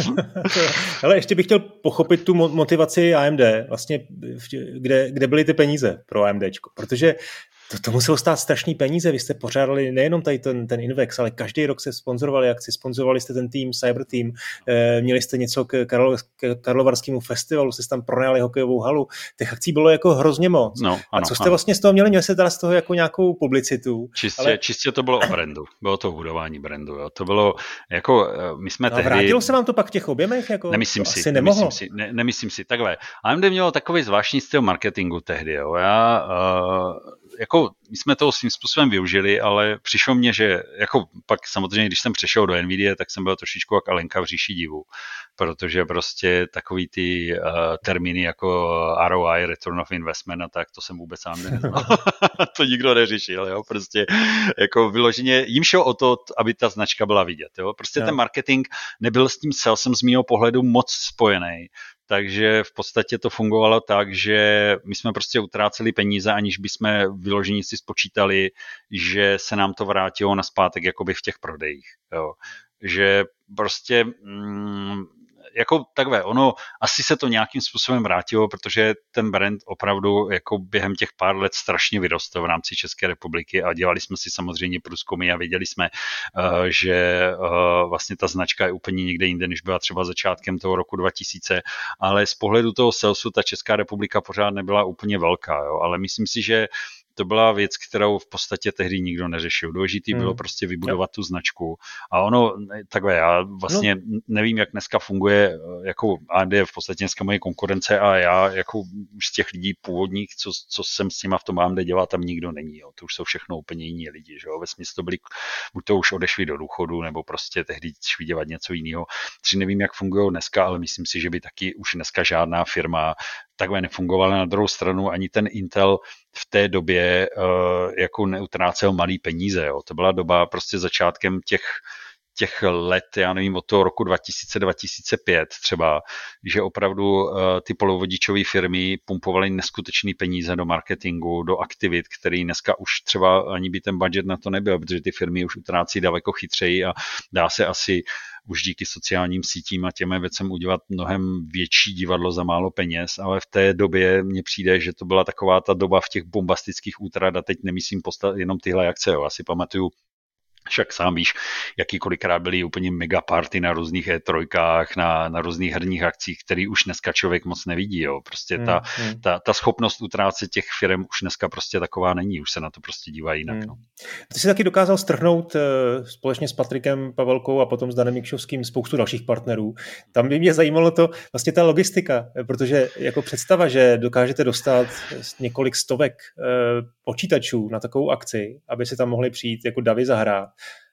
Ale ještě bych chtěl pochopit tu motivaci A M D, vlastně, kde, kde byly ty peníze pro AMDčko, protože To, to muselo stát strašný peníze, vy jste pořádali nejenom tady ten, ten Invex, ale každý rok se sponzorovali akci, sponzorovali jste ten tým, Cyber Team, e, měli jste něco k, Karlo, k Karlovarskému festivalu, jste tam pronajali hokejovou halu, těch akcí bylo jako hrozně moc. No, ano, a co jste ano. vlastně z toho měli? Měli jste teda z toho jako nějakou publicitu? Čistě, ale... čistě to bylo o brandu, bylo to budování brandu, jo. To bylo jako, my jsme no, tehdy... Vrátilo se vám to pak v těch objemech? Jako, nemyslím si, asi nemyslím si, ne, nemyslím si, takhle. A M D mělo takový zvláštní styl marketingu tehdy, jo. Já, uh, jako, my jsme toho svým způsobem využili, ale přišlo mně, že jako pak samozřejmě, když jsem přešel do Nvidia, tak jsem byl trošičku jak Alenka v říši divu, protože prostě takový ty uh, termíny jako R O I, Return of Investment a tak, to jsem vůbec sám neznal. To nikdo neřešil, jo, prostě jako vyloženě, jim šlo o to, aby ta značka byla vidět, jo, prostě no. Ten marketing nebyl s tím salesem z mýho pohledu moc spojený. Takže v podstatě to fungovalo tak, že my jsme prostě utráceli peníze, aniž bychom vyložení si spočítali, že se nám to vrátilo naspátek jakoby v těch prodejích. Jo. Že prostě mm, jako takové, ono asi se to nějakým způsobem vrátilo, protože ten brand opravdu jako během těch pár let strašně vyrostl v rámci České republiky a dělali jsme si samozřejmě průzkumy a věděli jsme, uh, že uh, vlastně ta značka je úplně někde jinde, než byla třeba začátkem toho roku dva tisíce, ale z pohledu toho salesu ta Česká republika pořád nebyla úplně velká, jo, ale myslím si, že to byla věc, kterou v podstatě tehdy nikdo neřešil. Důležitý hmm. bylo prostě vybudovat tu značku. A ono, takhle, já vlastně no. nevím, jak dneska funguje, jako A M D je v podstatě dneska moje konkurence a já jako už z těch lidí původních, co, co jsem s těma v tom A M D dělal, tam nikdo není. Jo. To už jsou všechno úplně jiní lidi. Že jo. Vesměs to byli, buď to už odešli do důchodu, nebo prostě tehdy šli dělat něco jiného. Takže nevím, jak fungují dneska, ale myslím si, že by taky už dneska žádná firma takhle nefungovala. Na druhou stranu ani ten Intel v té době uh, jako neutrácel malý peníze. Jo. To byla doba prostě začátkem těch, těch let, já nevím, od toho roku dva tisíce dva tisíce pět třeba, že opravdu uh, ty polovodičové firmy pumpovaly neskutečné peníze do marketingu, do aktivit, který dneska už třeba ani by ten budget na to nebyl, protože ty firmy už utrácí daleko chytřeji a dá se asi už díky sociálním sítím a těm věcem udělat mnohem větší divadlo za málo peněz, ale v té době mně přijde, že to byla taková ta doba v těch bombastických útrad a teď nemyslím postavit jenom tyhle akce, jo. Asi pamatuju, však sám víš, jaký kolikrát byly úplně mega party na různých E tři, na, na různých herních akcích, který už dneska člověk moc nevidí. Jo. Prostě ta, hmm, hmm. Ta, ta schopnost utrácet těch firm už dneska prostě taková není, už se na to prostě dívají jinak. Hmm. No. Ty jsi taky dokázal strhnout uh, společně s Patrikem Pavelkou a potom s Danem Mikšovským spoustu dalších partnerů. Tam by mě zajímalo to vlastně ta logistika, protože jako představa, že dokážete dostat několik stovek uh, počítačů na takovou akci, aby si tam mohli přijít jako davy zahrát,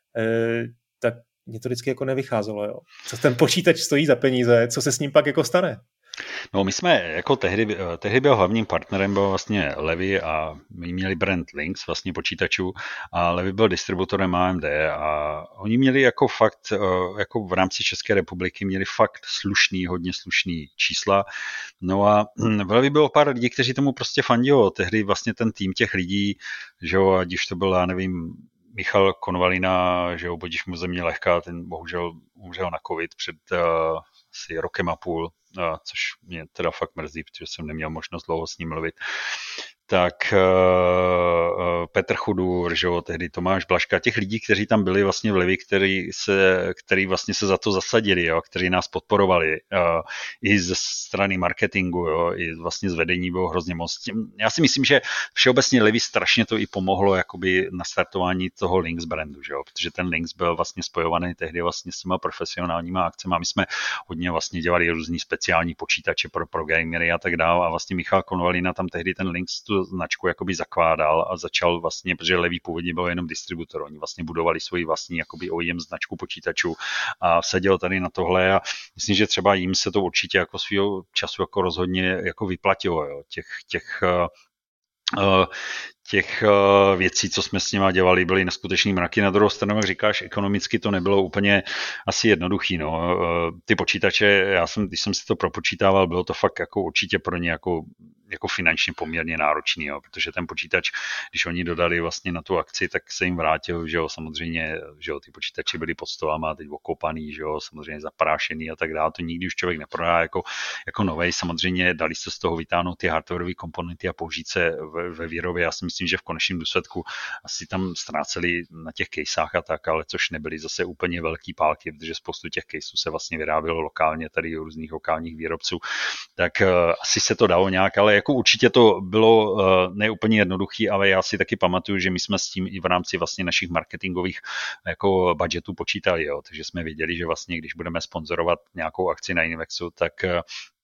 E, tak mě to vždycky jako nevycházelo. Jo. Co ten počítač stojí za peníze, co se s ním pak jako stane? No my jsme jako tehdy, tehdy byl hlavním partnerem byl vlastně Levy a my měli brand Lynx vlastně počítačů a Levy byl distributorem A M D a oni měli jako fakt, jako v rámci České republiky měli fakt slušný, hodně slušný čísla. No a v Levy bylo pár lidí, kteří tomu prostě fandilo. Tehdy vlastně ten tým těch lidí, že jo, ať už to byl, já nevím, Michal Konvalina, že jo, Budíš mu země lehká, ten bohužel umřel na covid před uh, asi rokem a půl, uh, což mě teda fakt mrzí, protože jsem neměl možnost dlouho s ním mluvit. tak uh, Petr Chudur, že jo, tehdy Tomáš Blažka, těch lidí, kteří tam byli vlastně vlivy, který, se, který vlastně se za to zasadili, jo, kteří nás podporovali uh, i ze strany marketingu, jo, i vlastně z vedení bylo hrozně moc. Já si myslím, že všeobecně Levi strašně to i pomohlo jakoby na startování toho Lynx brandu, že jo, protože ten Lynx byl vlastně spojovaný tehdy vlastně s těma profesionálníma akcemi. My jsme hodně vlastně dělali různý speciální počítače pro, pro gamery a tak dále a vlastně Michal Konvalina tam tehdy ten Lynx tu značku jakoby zakládal a začal vlastně, protože Levi původně byl jenom distributor, oni vlastně budovali svoji vlastní jakoby O E M značku počítačů a seděl tady na tohle a myslím, že třeba jim se to určitě jako svýho času jako rozhodně jako vyplatilo, jo, těch, těch uh, těch uh, věcí, co jsme s nima dělali, byly neskutečný mraky. Na druhou stranu, jak říkáš, ekonomicky to nebylo úplně asi jednoduchý. No. Uh, ty počítače, já jsem, když jsem si to propočítával, bylo to fakt jako určitě pro ně jako, jako finančně poměrně náročný, jo, protože ten počítač, když oni dodali vlastně na tu akci, tak se jim vrátil, že jo, samozřejmě, že jo, ty počítače byly pod stolama, teď okopaný, že jo, samozřejmě zaprášený a tak dále, to nikdy už člověk neprodá jako, jako novej. Samozřejmě dali se z toho vytáhnout ty hardwareové komponenty a použít se ve, ve výrobě. Já si myslím, že v konečném důsledku asi tam ztráceli na těch caseách a tak, ale což nebyly zase úplně velký pálky, protože spoustu těch caseů se vlastně vyrábělo lokálně tady u různých lokálních výrobců, tak uh, asi se to dalo nějak, ale jako určitě to bylo uh, neúplně jednoduchý, ale já si taky pamatuju, že my jsme s tím i v rámci vlastně našich marketingových jako budgetů počítali, jo, takže jsme věděli, že vlastně když budeme sponzorovat nějakou akci na Invexu, tak uh,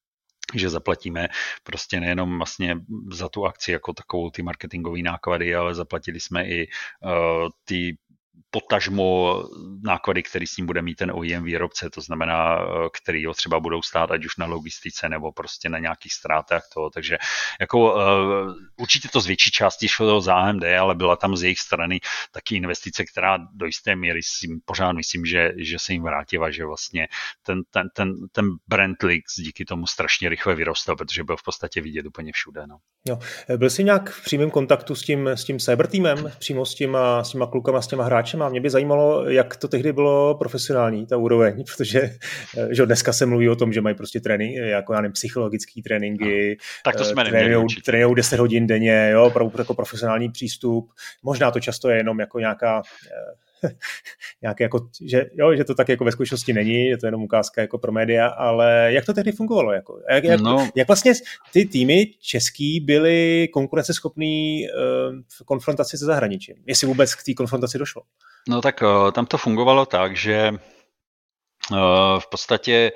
že zaplatíme prostě nejenom vlastně za tu akci jako takovou ty marketingové náklady, ale zaplatili jsme i uh, ty potažmo náklady, který s ním bude mít ten O E M výrobce, to znamená, který ho třeba budou stát ať už na logistice nebo prostě na nějakých ztrátách toho, takže jako uh, určitě to z větší části šlo za A M D, ale byla tam z jejich strany taky investice, která do jisté míry si pořád myslím, že, že se jim vrátila, že vlastně ten, ten, ten, ten brand Lynx díky tomu strašně rychle vyrostl, protože byl v podstatě vidět úplně všude. No. Jo. Byl jsi nějak v přímém kontaktu s tím, s tím cyber týmem, přímo s těma, s těma klukama, s těma hráčema? Mě by zajímalo, jak to tehdy bylo profesionální, ta úroveň, protože že dneska se mluví o tom, že mají prostě tréninky, jako já nevím, psychologické tréninky, no, tak to jsme neměli trénujou deset hodin denně, jo, pro, jako profesionální přístup. Možná to často je jenom jako nějaká nějaké jako, že, jo, že to tak jako ve skutečnosti není, je to jenom ukázka jako pro média, ale jak to tehdy fungovalo? Jako, jak, jak, no. jak vlastně ty týmy český byly konkurenceschopný uh, v konfrontaci se zahraničím? Jestli vůbec k té konfrontaci došlo? No tak uh, tam to fungovalo tak, že uh, v podstatě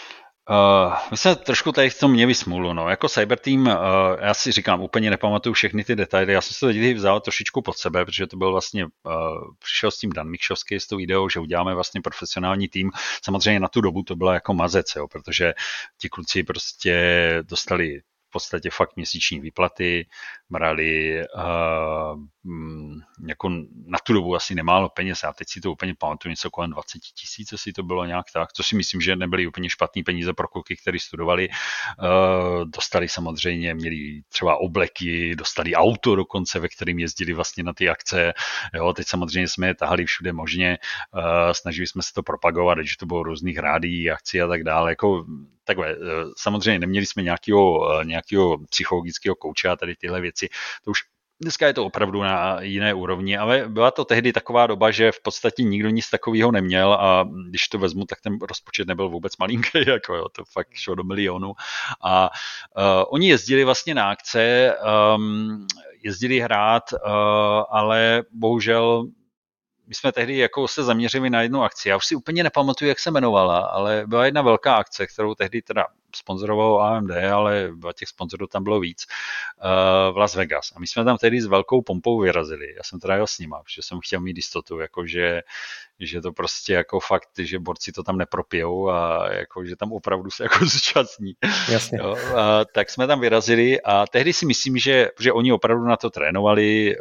Uh, my jsme trošku tady v tom měli smůlu, no. Jako Cyberteam, uh, já si říkám, úplně nepamatuju všechny ty detaily, já jsem si to teď vzal trošičku pod sebe, protože to byl vlastně, uh, přišel s tím Dan Mikšovský s tou ideou, že uděláme vlastně profesionální tým. Samozřejmě na tu dobu to byla jako mazec, jo, protože ti kluci prostě dostali v podstatě fakt měsíční výplaty, brali uh, m, jako na tu dobu asi nemálo peněz, já teď si to úplně pamatuju, něco kolem dvacet tisíc, jestli to bylo nějak tak, to si myslím, že nebyly úplně špatný peníze pro kluky, kteří studovali, uh, dostali samozřejmě, měli třeba obleky, dostali auto dokonce, ve kterým jezdili vlastně na ty akce, jo, teď samozřejmě jsme je tahali všude možně, uh, snažili jsme se to propagovat, že to bylo různých rádií, akcí a tak dále, jako takhle, samozřejmě neměli jsme nějakého, nějakého psychologického kouče a tady tyhle věci, to už dneska je to opravdu na jiné úrovni, ale byla to tehdy taková doba, že v podstatě nikdo nic takového neměl a když to vezmu, tak ten rozpočet nebyl vůbec malinký, jako jo, to fakt šlo do milionu a uh, oni jezdili vlastně na akce, um, jezdili hrát, uh, ale bohužel my jsme tehdy jako se zaměřili na jednu akci. Já už si úplně nepamatuju, jak se jmenovala, ale byla jedna velká akce, kterou tehdy teda sponzorovalo A M D, ale těch sponzorů tam bylo víc, v Las Vegas. A my jsme tam tehdy s velkou pompou vyrazili. Já jsem teda jel s nima, protože jsem chtěl mít jistotu, jako že, že to prostě jako fakt, že borci to tam nepropijou a jako, že tam opravdu se jako zúčastní. Jasně. Jo, a tak jsme tam vyrazili a tehdy si myslím, že, že oni opravdu na to trénovali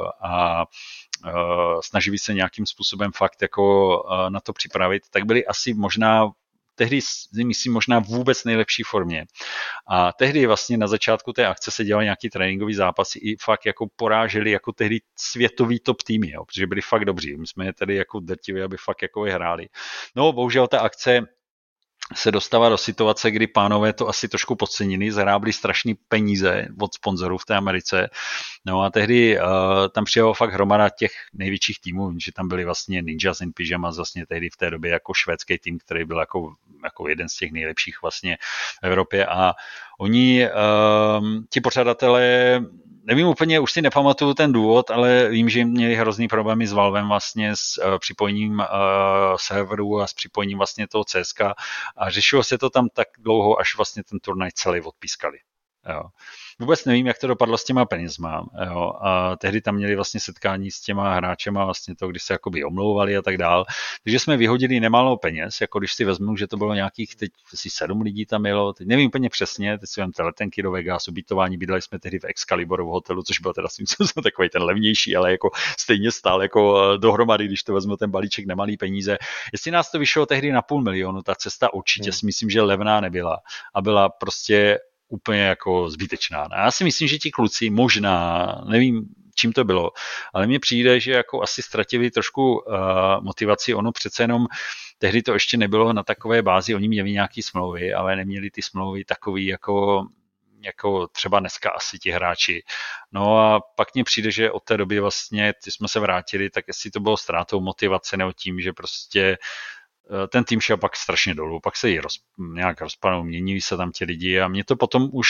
a Uh, snažili se nějakým způsobem fakt jako uh, na to připravit, tak byli asi možná tehdy, myslím, možná vůbec nejlepší formě. A tehdy vlastně na začátku té akce se dělali nějaký tréninkový zápasy i fakt jako poráželi jako tehdy světový top týmy, jo, protože byli fakt dobří. My jsme je tady jako drtili, aby fakt jako hráli. No, bohužel ta akce se dostává do situace, kdy pánové to asi trošku podcenili, zahrábli strašný peníze od sponzorů v té Americe. No a tehdy uh, tam přijelo fakt hromada těch největších týmů, že tam byli vlastně Ninjas in Pyjamas vlastně tehdy v té době jako švédský tým, který byl jako, jako jeden z těch nejlepších vlastně v Evropě a oni, uh, ti pořadatelé, nevím úplně, už si nepamatuju ten důvod, ale vím, že měli hrozný problémy s Valvem vlastně s uh, připojením uh, serverů a s připojením vlastně toho C S K a řešilo se to tam tak dlouho, až vlastně ten turnaj celý odpískali. Jo. Vůbec nevím, jak to dopadlo s těma penězma. Jo. A tehdy tam měli vlastně setkání s těma hráčema, vlastně to, když se jakoby omlouvali a tak dál. Takže jsme vyhodili nemálo peněz, jako když si vezmu, že to bylo nějakých teď asi sedm lidí tam jelo, teď nevím úplně přesně, teď si vem ty letenky do Vegas, ubytování, bydleli jsme tehdy v Excaliboru v hotelu, což byl teda s tím, co jsem takový ten levnější, ale jako stejně stál jako dohromady, když to vezmu ten balíček nemalý peníze. Jestli nás to vyšlo tehdy na půl milionu, ta cesta určitě hmm. si myslím, že levná nebyla a byla prostě úplně jako zbytečná. A já si myslím, že ti kluci možná, nevím, čím to bylo, ale mně přijde, že jako asi ztratili trošku uh, motivaci, ono přece jenom tehdy to ještě nebylo na takové bázi, oni měli nějaký smlouvy, ale neměli ty smlouvy takový jako jako třeba dneska asi ti hráči. No a pak mně přijde, že od té doby vlastně, ty jsme se vrátili, tak jestli to bylo ztrátou motivace nebo tím, že prostě ten tým šel pak strašně dolů, pak se jí roz, nějak rozpadnou, mění se tam ti lidi a mě to potom už,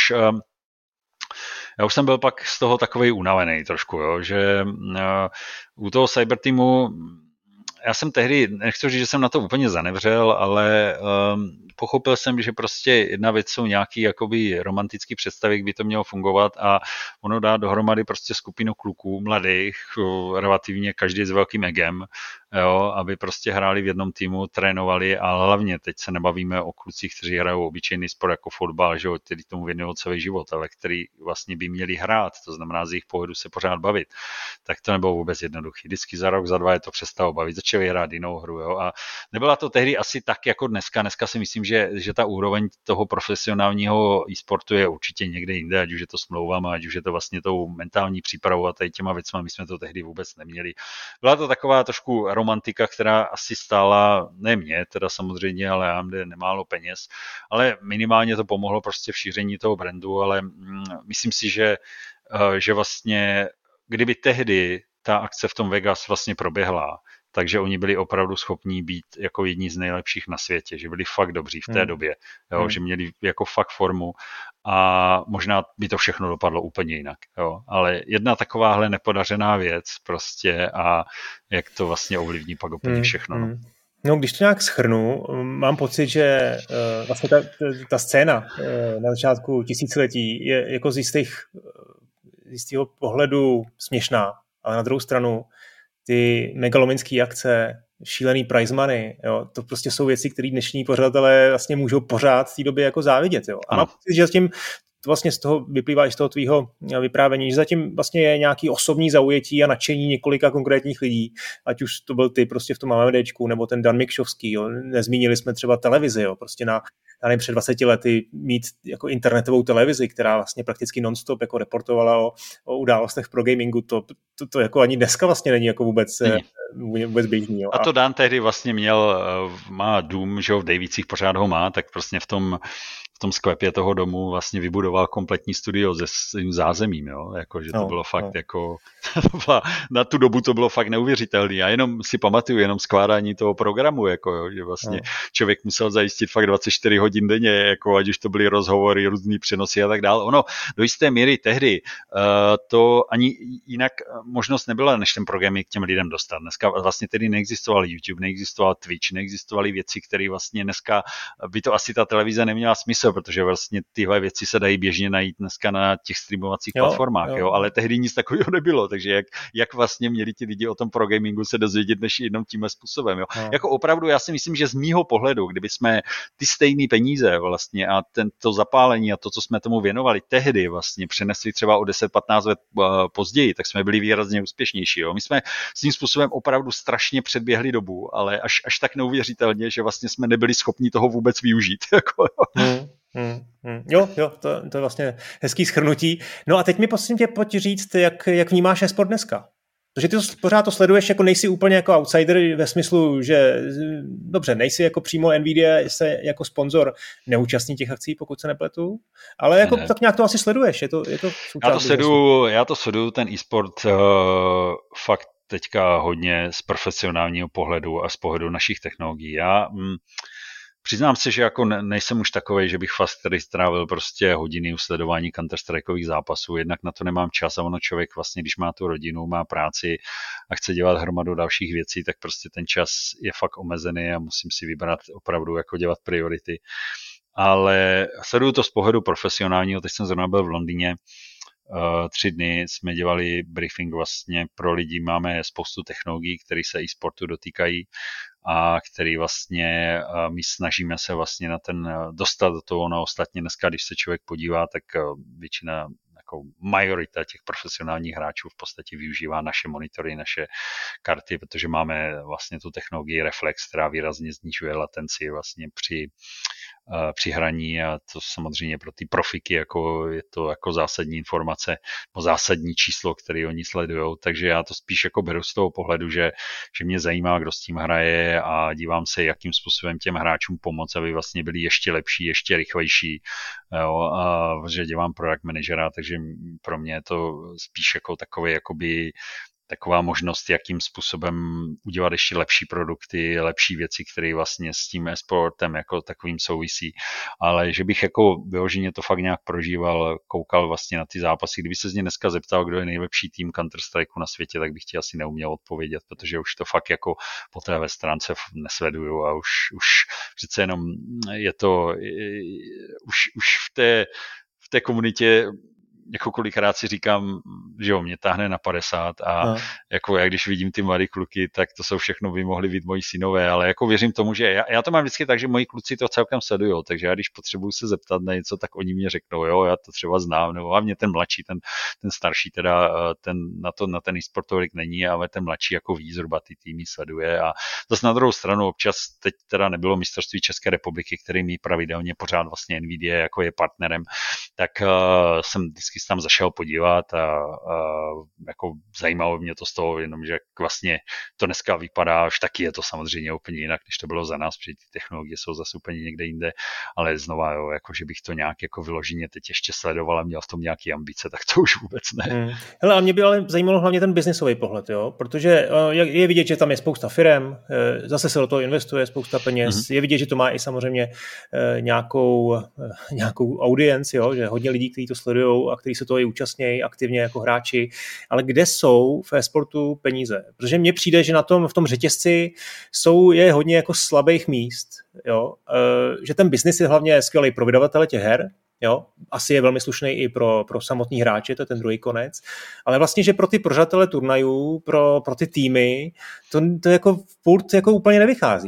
já už jsem byl pak z toho takovej unavený trošku, jo, že u toho Cyberteamu já jsem tehdy, nechci říct, že jsem na to úplně zanevřel, ale um, pochopil jsem, že prostě jedna věc jsou nějaký jakoby romantický představy, jak by to mělo fungovat a ono dá dohromady prostě skupinu kluků, mladých, relativně každý s velkým egem, jo, aby prostě hráli v jednom týmu, trénovali a hlavně teď se nebavíme o klucích, kteří hrajou obyčejný sport jako fotbal, že jo, který tomu věnují celý život, ale který vlastně by měli hrát, to znamená z jejich pohledu se pořád bavit, tak to nebylo vůbec jednoduchý. Vždycky za rok, za dva je to přestalo bavit, začali hrát jinou hru, jo, a nebyla to tehdy asi tak jako dneska, dneska si myslím, že, že ta úroveň toho profesionálního e-sportu je určitě někde jinde, ať už je to smlouvama, ať už je to vlastně tou mentální přípravou a tady těma věcma, my jsme to tehdy vůbec neměli. Byla to taková trošku romantika, která asi stála, ne mě, teda samozřejmě, ale já mám nemálo peněz, ale minimálně to pomohlo prostě v šíření toho brandu, ale mm, myslím si, že, že vlastně, kdyby tehdy ta akce v tom Vegas vlastně proběhla, takže oni byli opravdu schopní být jako jedni z nejlepších na světě, že byli fakt dobří v té hmm. době, jo, hmm. že měli jako fakt formu a možná by to všechno dopadlo úplně jinak, jo. Ale jedna takováhle nepodařená věc prostě a jak to vlastně ovlivní pak úplně hmm. všechno. No. No, když to nějak shrnu, mám pocit, že uh, vlastně ta, ta scéna uh, na začátku tisíciletí je jako z jistých, z jistého pohledu směšná, ale na druhou stranu ty megalomanské akce, šílený prize money, jo, to prostě jsou věci, které dnešní pořadatelé vlastně můžou pořád v té době jako závidět. Jo. A mám pocit, že zatím to vlastně z toho vyplývá i z toho tvýho vyprávění, že zatím vlastně je nějaký osobní zaujetí a nadšení několika konkrétních lidí, ať už to byl ty prostě v tom AMDčku, nebo ten Dan Mikšovský, jo. Nezmínili jsme třeba televizi, jo, prostě na já nevím, před dvaceti lety mít jako internetovou televizi, která vlastně prakticky non-stop jako reportovala o, o událostech pro gamingu, to, to, to jako ani dneska vlastně není jako vůbec, není. vůbec běžný. Jo. A to Dan tehdy vlastně měl, má dům, že ho v Davicích pořád ho má, tak prostě v tom v tom sklepě toho domu vlastně vybudoval kompletní studio se svým zázemím, jo, jako, že to no, bylo fakt no. jako, to byla, na tu dobu to bylo fakt neuvěřitelný. Já jenom si pamatuju jenom skládání toho programu, jako, jo, že vlastně no. člověk musel zajistit fakt dvacet čtyři hodin denně, jako, ať už to byly rozhovory, různý přenosy a tak dále. Ono do jisté míry tehdy uh, to ani jinak možnost nebyla, než ten program k těm lidem dostat. Dneska vlastně tedy neexistoval YouTube, neexistoval Twitch, neexistovaly věci, které vlastně dneska by to asi ta televize neměla smysl, protože vlastně tyhle věci se dají běžně najít dneska na těch streamovacích jo, platformách, jo. Jo, ale tehdy nic takového nebylo, takže jak, jak vlastně měli ti lidi o tom pro gamingu se dozvědět než jenom tímhle způsobem, jo. jo. Jako opravdu, já si myslím, že z mýho pohledu, kdyby jsme ty stejné peníze vlastně a tento zapálení a to, co jsme tomu věnovali tehdy vlastně přenesli třeba o deset patnáct let později, tak jsme byli výrazně úspěšnější, jo. My jsme s tím způsobem opravdu strašně předběhli dobu, ale až, až tak neuvěřitelně, že vlastně jsme nebyli schopni toho vůbec využít, jako, hmm. Hmm, hmm. Jo, jo, to, to je vlastně hezký shrnutí. No a teď mi prosím tě pojď říct, jak, jak vnímáš e-sport dneska? Protože ty to, pořád to sleduješ, jako nejsi úplně jako outsider ve smyslu, že dobře, nejsi jako přímo Nvidia se jako sponzor neúčastní těch akcí, pokud se nepletu, ale jako ne. Tak nějak to asi sleduješ, je to, je to já to sleduju, já to sleduju, ten e-sport uh, fakt teďka hodně z profesionálního pohledu a z pohledu našich technologií. Já mm, přiznám se, že jako ne, nejsem už takovej, že bych fakt tady strávil prostě hodiny u sledování Counter-Strikeových zápasů, jednak na to nemám čas a ono člověk vlastně, když má tu rodinu, má práci a chce dělat hromadu dalších věcí, tak prostě ten čas je fakt omezený a musím si vybrat opravdu jako dělat priority. Ale sleduju to z pohledu profesionálního, teď jsem zrovna byl v Londýně, Uh, tři dny jsme dělali briefing vlastně pro lidi, máme spoustu technologií, které se e-sportu dotýkají a který vlastně uh, my snažíme se vlastně na ten uh, dostat do toho, no ostatně dneska, když se člověk podívá, tak uh, většina jako majorita těch profesionálních hráčů v podstatě využívá naše monitory, naše karty, protože máme vlastně tu technologii Reflex, která výrazně snižuje latenci vlastně při při hraní a to samozřejmě pro ty profiky jako je to jako zásadní informace, no zásadní číslo, které oni sledujou, takže já to spíš jako beru z toho pohledu, že, že mě zajímá, kdo s tím hraje a dívám se, jakým způsobem těm hráčům pomoct, aby vlastně byli ještě lepší, ještě rychlejší, jo, a že dělám product managera, takže pro mě je to spíš jako takový jakoby taková možnost, jakým způsobem udělat ještě lepší produkty, lepší věci, které vlastně s tím e-sportem jako takovým souvisí. Ale že bych jako vyloženě to fakt nějak prožíval, koukal vlastně na ty zápasy. Kdyby se z mě dneska zeptal, kdo je nejlepší tým Counter-Strike na světě, tak bych ti asi neuměl odpovědět, protože už to fakt jako po té ve stránce nesleduju a už, už přece jenom je to už, už v té, v té komunitě jako kolikrát si říkám, že jo, mě táhne na padesát a no. Jako já když vidím ty mladý kluky, tak to jsou všechno by mohli být moji synové, ale jako věřím tomu, že já, já to mám vždycky tak, že moji kluci to celkem sledujou, takže já když potřebuju se zeptat na něco, tak oni mě řeknou, jo, já to třeba znám, nebo hlavně ten mladší, ten, ten starší teda ten, na, to, na ten e-sport tolik není, ale ten mladší jako ví, zhruba ty týmy sleduje a zase na druhou stranu občas teď teda nebylo mistrovství České republiky, který mi pravidelně pořád vlastně Nvidia jako je partnerem, tak uh, jsem vždycky tam zašel podívat a, a jako zajímalo mě to z toho, jenom že vlastně to dneska vypadá, už taky je to samozřejmě úplně jinak, než to bylo za nás, protože ty technologie jsou zase úplně někde jinde, ale znova, jo, jako že bych to nějak jako vyloženě teď ještě sledoval a měl v tom nějaký ambice, tak to už vůbec ne. Hmm. Hele, a mě by ale zajímalo hlavně ten biznisový pohled, jo, protože je vidět, že tam je spousta firem, zase se do toho investuje spousta peněz, hmm. je vidět, že to má i samozřejmě nějakou, nějakou audienci, jo, že hodně lidí, kteří to sledujou a kteří se toho i účastnějí aktivně jako hráči, ale kde jsou v e-sportu peníze? Protože mně přijde, že na tom, v tom řetězci jsou, je hodně jako slabých míst, jo? E, že ten biznis je hlavně skvělý pro vydavatele těch her, jo? Asi je velmi slušný i pro, pro samotný hráče, to je ten druhý konec, ale vlastně, že pro ty pořadatele turnajů, pro, pro ty týmy, to, to jako furt jako úplně nevychází.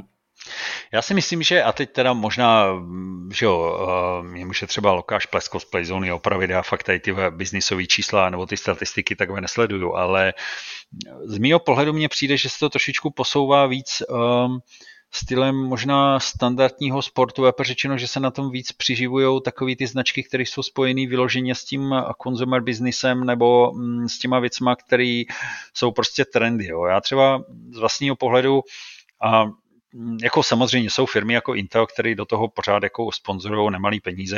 Já si myslím, že a teď teda možná, že jo, mě může třeba Lukáš Plesko z Playzone opravit, já fakt tady ty biznisové čísla nebo ty statistiky takové nesleduju, ale z mýho pohledu mně přijde, že se to trošičku posouvá víc um, stylem možná standardního sportu, a řečeno, že se na tom víc přiživují takový ty značky, které jsou spojený vyloženě s tím consumer businessem nebo um, s těma věcma, které jsou prostě trendy. Jo. Já třeba z vlastního pohledu a jako samozřejmě jsou firmy jako Intel, které do toho pořád jako sponzorují nemalý peníze,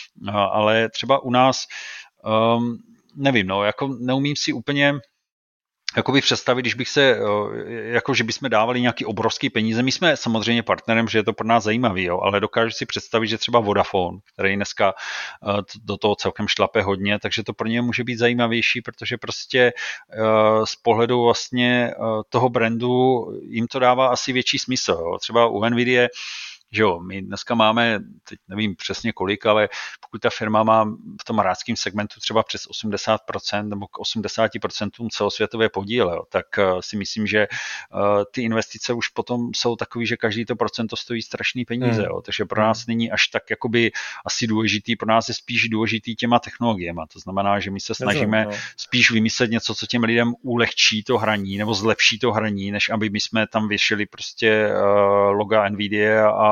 ale třeba u nás, um, nevím, no, jako neumím si úplně jakoby představit, když bych se, jako že bychom dávali nějaký obrovský peníze. My jsme samozřejmě partnerem, že je to pro nás zajímavý, jo, ale dokážu si představit, že třeba Vodafone, který dneska do toho celkem šlape hodně, takže to pro ně může být zajímavější, protože prostě z pohledu vlastně toho brandu jim to dává asi větší smysl. Jo. Třeba u Nvidia, že jo, my dneska máme, teď nevím přesně kolik, ale pokud ta firma má v tom hráčském segmentu třeba přes osmdesát procent nebo k osmdesát procent celosvětové podíl, jo, tak uh, si myslím, že uh, ty investice už potom jsou takový, že každý to procento stojí strašný peníze, jo, takže pro nás není až tak jakoby asi důležitý, pro nás je spíš důležitý těma technologiemi. To znamená, že my se snažíme no. spíš vymyslet něco, co těm lidem ulehčí to hraní nebo zlepší to hraní, než aby my jsme tam věšili prostě uh, loga Nvidia a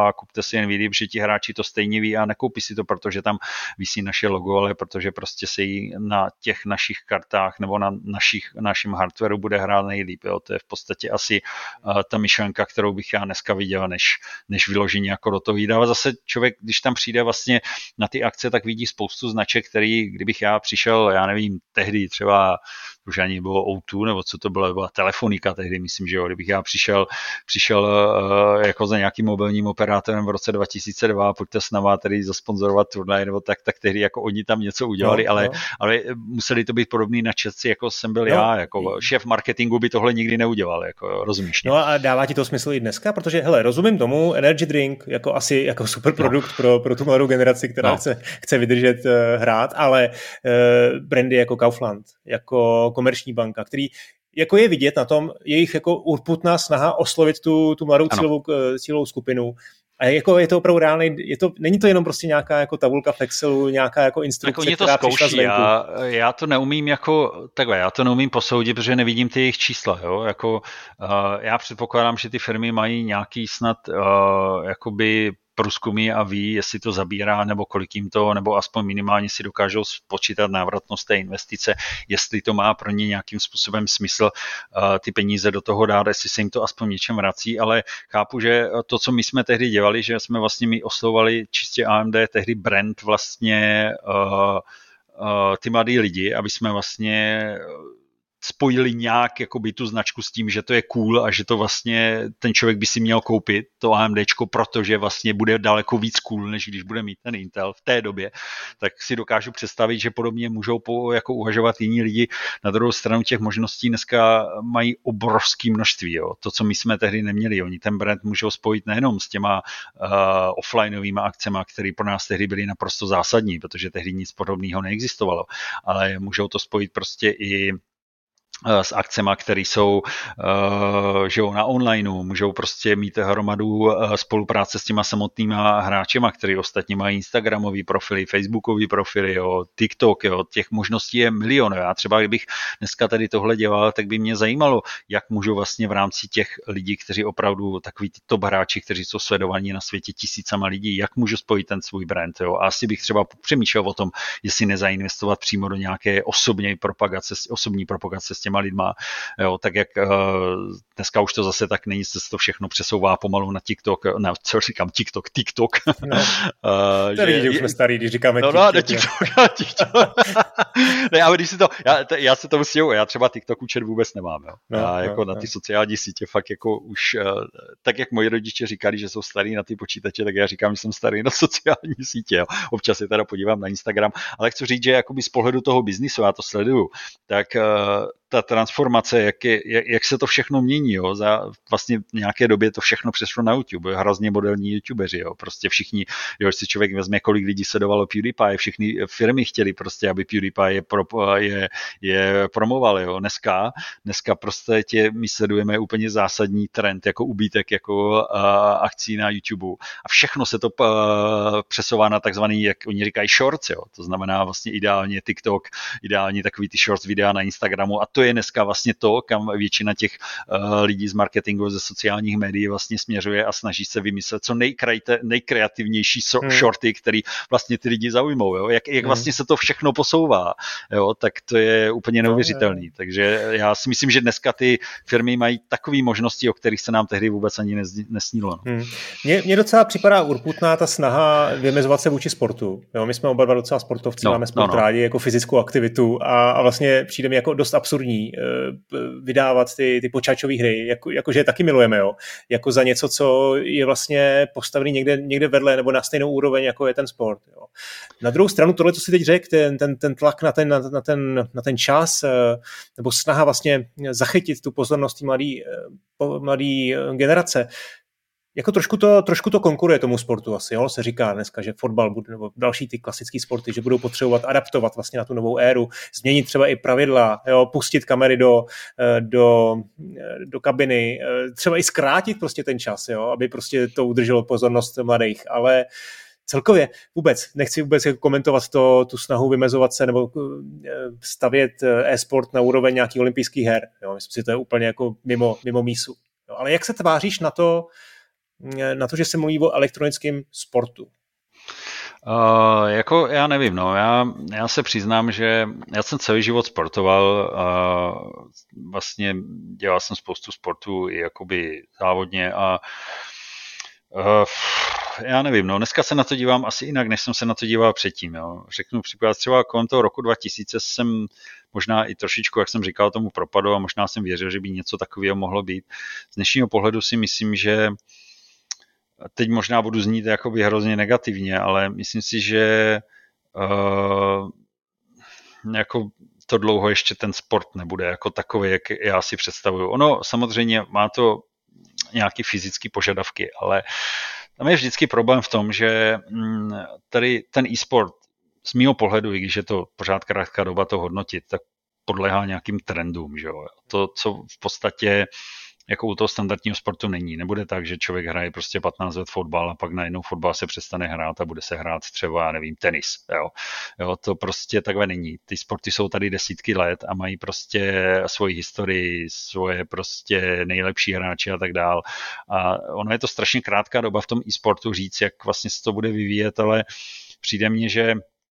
a kupte si Nvidia, protože ti hráči to stejně ví a nekoupí si to, protože tam visí naše logo, ale protože prostě se jí na těch našich kartách nebo na našich, našem hardwareu bude hrát nejlíp. Jo. To je v podstatě asi uh, ta myšlenka, kterou bych já dneska viděl, než, než vyložení jako do toho jít. Ale zase člověk, když tam přijde vlastně na ty akce, tak vidí spoustu značek, který, kdybych já přišel, já nevím, tehdy třeba už ani bylo ó dva, nebo co to bylo, byla Telefonika tehdy, myslím, že jo, kdybych já přišel, přišel uh, jako za nějakým mobilním operátorem v roce dva tisíce dva, pojďte s náma tedy zasponzorovat turnaj, nebo tak, tak tehdy jako oni tam něco udělali, no, ale, no. ale museli to být podobný nadšetci, jako jsem byl no. já, jako šéf marketingu by tohle nikdy neudělal, jako rozumíš. No a dává ti to smysl i dneska, protože hele, rozumím tomu, energy drink jako asi jako super produkt no. pro, pro tu mladou generaci, která no. chce, chce vydržet uh, hrát, ale uh, brandy jako Kaufland, jako Komerční banka, který jako je vidět na tom jejich jako urputná snaha oslovit tu, tu mladou cílovou, cílovou skupinu. A jako je to opravdu reálný, je to, není to jenom prostě nějaká jako tabulka v Excelu, nějaká jako instrukce, tak která přišla zvenku. Já, já to neumím jako, takhle, já to neumím posoudit, protože nevidím ty jejich čísla, jo, jako uh, já předpokládám, že ty firmy mají nějaký snad uh, jakoby průzkumy a ví, jestli to zabírá, nebo kolik jim to, nebo aspoň minimálně si dokážou spočítat návratnost té investice, jestli to má pro ně nějakým způsobem smysl uh, ty peníze do toho dát, jestli se jim to aspoň něčem vrací, ale chápu, že to, co my jsme tehdy dělali, že jsme vlastně my oslovovali čistě A M D, tehdy brand vlastně uh, uh, ty mladý lidi, aby jsme vlastně spojili nějak jakoby tu značku s tím, že to je cool a že to vlastně ten člověk by si měl koupit, to AMDčko, protože vlastně bude daleko víc cool, než když bude mít ten Intel v té době, tak si dokážu představit, že podobně můžou po, jako uvažovat jiní lidi. Na druhou stranu těch možností dneska mají obrovské množství. Jo. To, co my jsme tehdy neměli. Oni ten brand můžou spojit nejenom s těma uh, offlineovými akcemi, které pro nás tehdy byly naprosto zásadní, protože tehdy nic podobného neexistovalo, ale můžou to spojit prostě i s akcemi, které jsou uh, že jo, na onlineu, můžou prostě mít hromadu uh, spolupráce s těma samotnýma hráčema, který ostatně mají Instagramový profily, Facebookový profily, jo, TikTok, jo, těch možností je milion. Já třeba, kdybych dneska tady tohle dělal, tak by mě zajímalo, jak můžu vlastně v rámci těch lidí, kteří opravdu takový ty top hráči, kteří jsou sledovaní na světě tisícama lidí, jak můžu spojit ten svůj brand. Jo. A asi bych třeba přemýšlel o tom, jestli nezainvestovat přímo do nějaké osobní propagace, osobní propagace s těma lidma, jo, tak jak uh, dneska už to zase tak není, se to všechno přesouvá pomalu na TikTok, na, co říkám, TikTok, TikTok. No. uh, to vidíte, už jsme starý, když říkáme no, TikTok. No, TikTok, TikTok. Ne, ale když si to, já, t, já se tomu stěhu, já třeba TikTok účet vůbec nemám, jo. No, já jako no, na ty no. sociální sítě fakt jako už, uh, tak jak moji rodiče říkali, že jsou starý na ty počítače, tak já říkám, že jsem starý na sociální sítě, jo. Občas se teda podívám na Instagram, ale chci říct, že jakoby z pohledu toho biznisu, já to sleduju, tak uh, ta transformace, jak, je, jak, jak se to všechno mění, jo, za vlastně v nějaké době to všechno přešlo na YouTube, hrozně moderní youtubeři, jo, prostě všichni, jo, si člověk vezme, kolik lidí sledovalo PewDiePie, všechny firmy chtěli prostě, aby PewDiePie je, pro, je, je promoval, jo, dneska, dneska prostě tě, my sledujeme úplně zásadní trend, jako ubítek, jako uh, akcí na YouTube a všechno se to uh, přesouvá na takzvaný, jak oni říkají, shorts, jo, to znamená vlastně ideálně TikTok, ideálně takový ty shorts videa na Instagramu a to je dneska vlastně to, kam většina těch uh, lidí z marketingu, ze sociálních médií vlastně směřuje a snaží se vymyslet co nejkrajte, nejkreativnější so, hmm. shorty, který vlastně ty lidi zaujmou, jo? Jak, jak hmm. vlastně se to všechno posouvá, jo? Tak to je úplně neuvěřitelný. Takže já si myslím, že dneska ty firmy mají takové možnosti, o kterých se nám tehdy vůbec ani nesnilo. No. Hmm. Mně, mně docela připadá urputná ta snaha vymezovat se vůči sportu. Jo? My jsme oba dva docela sportovci, no, máme sport no, no. rádi jako fyzickou aktivitu a, a vlastně přijde mi jako dost absurdní vydávat ty, ty počáčové hry, jako, jakože je taky milujeme, jo, jako za něco, co je vlastně postavený někde, někde vedle nebo na stejnou úroveň, jako je ten sport. Jo. Na druhou stranu tohle, co si teď řekl, ten, ten, ten tlak na ten, na, na, ten, na ten čas nebo snaha vlastně zachytit tu pozornost mladý, mladý generace, jako trošku to, trošku to konkuruje tomu sportu asi, jo? Se říká dneska, že fotbal bude, nebo další ty klasické sporty, že budou potřebovat adaptovat vlastně na tu novou éru, změnit třeba i pravidla, jo? Pustit kamery do, do, do kabiny, třeba i zkrátit prostě ten čas, jo? Aby prostě to udrželo pozornost mladých, ale celkově vůbec, nechci vůbec komentovat to, tu snahu vymezovat se nebo stavět e-sport na úroveň nějakých olympijských her, jo? Myslím si, že to je úplně jako mimo, mimo mísu. Jo? Ale jak se tváříš na to, na to, že se mluví o elektronickém sportu? Uh, jako já nevím, no, já, já se přiznám, že já jsem celý život sportoval a vlastně dělal jsem spoustu sportů i jakoby závodně a uh, já nevím, no, dneska se na to dívám asi jinak, než jsem se na to díval předtím, jo. Řeknu příklad, třeba kolem toho roku dva tisíce jsem možná i trošičku, jak jsem říkal, tomu propadl a možná jsem věřil, že by něco takového mohlo být. Z dnešního pohledu si myslím, že teď možná budu znít jakoby hrozně negativně, ale myslím si, že uh, jako to dlouho ještě ten sport nebude jako takový, jak já si představuju. Ono samozřejmě má to nějaké fyzické požadavky, ale tam je vždycky problém v tom, že tady ten e-sport z mýho pohledu, i když je to pořád krátká doba to hodnotit, tak podléhá nějakým trendům. Že jo? To, co v podstatě jako u toho standardního sportu není. Nebude tak, že člověk hraje prostě patnáct let fotbal a pak najednou fotbal se přestane hrát a bude se hrát třeba, já nevím, tenis. Jo. Jo, to prostě takhle není. Ty sporty jsou tady desítky let a mají prostě svoji historii, svoje prostě nejlepší hráči a tak dál. A ono je to strašně krátká doba v tom e-sportu říct, jak vlastně se to bude vyvíjet, ale přijde mně, že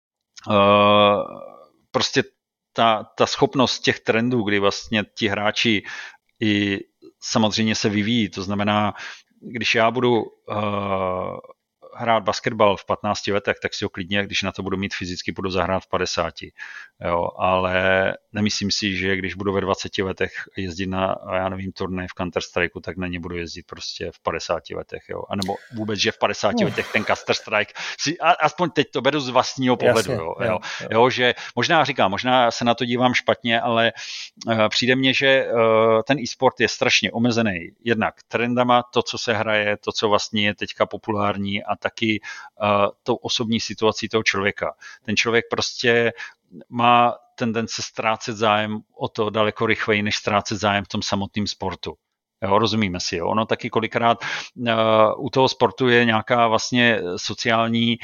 uh, prostě ta, ta schopnost těch trendů, kdy vlastně ti hráči i samozřejmě se vyvíjí, to znamená, když já budu uh, hrát basketbal v patnácti letech, tak si ho klidně, když na to budu mít fyzicky, budu zahrát v padesáti. Jo, ale nemyslím si, že když budu ve dvaceti letech jezdit na, já nevím, turnaj v Counter-Strikeu, tak na ně budu jezdit prostě v padesáti letech. Jo. A nebo vůbec, že v padesáti uh. letech ten Counter-Strike, si, a, aspoň teď to beru z vlastního pohledu. Jasně, jo, jo, jo. Jo, že možná říkám, možná se na to dívám špatně, ale uh, přijde mně, že uh, ten e-sport je strašně omezený jednak trendama, to, co se hraje, to, co vlastně je teďka populární a taky uh, tou osobní situací toho člověka. Ten člověk prostě má tendence ztrácet zájem o to daleko rychleji, než ztrácet zájem v tom samotném sportu. Jo, rozumíme si, jo. Ono taky kolikrát uh, u toho sportu je nějaká vlastně sociální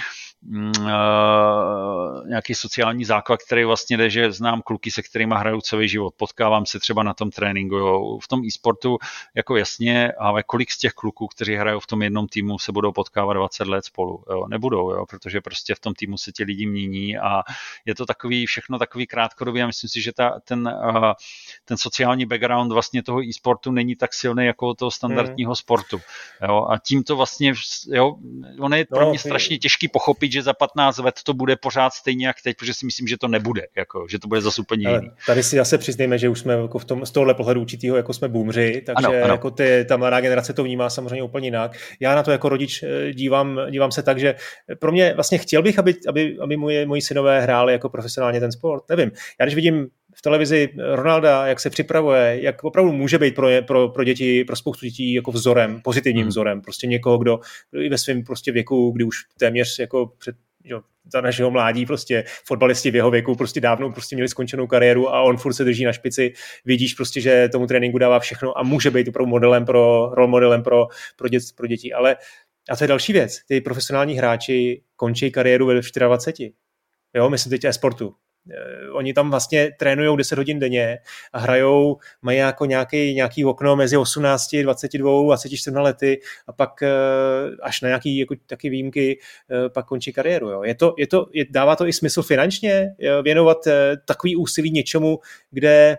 uh, nějaký sociální základ, který vlastně jde, že znám kluky, se kterými hraju celý život, potkávám se třeba na tom tréninku, jo. V tom e-sportu jako jasně, ale kolik z těch kluků, kteří hrajou v tom jednom týmu, se budou potkávat dvacet let spolu, jo. Nebudou, jo, protože prostě v tom týmu se ti lidi mění a je to takový, všechno takový krátkodobý a myslím si, že ta, ten, uh, ten sociální background vlastně toho e-sportu není tak silný jako toho standardního hmm. sportu. Jo? A tím to vlastně, jo, ono je pro mě no, strašně těžký pochopit, že za patnáct let to bude pořád stejně jak teď, protože si myslím, že to nebude, jako, že to bude zase úplně jiný. Tady si zase přiznejme, že už jsme jako v tom, z tohohle pohledu určitýho, jako jsme boomři, takže ano, ano. Jako ty, ta mladá generace to vnímá samozřejmě úplně jinak. Já na to jako rodič dívám, dívám se tak, že pro mě vlastně chtěl bych, aby, aby, aby moje, moji synové hráli jako profesionálně ten sport. Nevím, já když vidím v televizi Ronalda, jak se připravuje, jak opravdu může být pro, pro, pro děti, pro spoustu dětí jako vzorem, pozitivním hmm. vzorem, prostě někoho, kdo i ve svém prostě věku, kdy už téměř jako před, jo, za našeho mládí prostě fotbalisti v jeho věku prostě dávno prostě měli skončenou kariéru a on furt se drží na špici, vidíš prostě, že tomu tréninku dává všechno a může být opravdu modelem pro, role modelem pro, pro, dět, pro děti, ale a to je další věc, ty profesionální hráči končí kariéru ve dvaceti čtyřech. Jo, myslím teď e-sportu. Oni tam vlastně trénujou deset hodin denně a hrajou, mají jako nějaký, nějaký okno mezi osmnácti, dvaceti dvěma, dvaceti čtyřmi lety a pak až na nějaký jako, taky výjimky pak končí kariéru. Jo. Je to, je to, je, dává to i smysl finančně věnovat takový úsilí něčemu, kde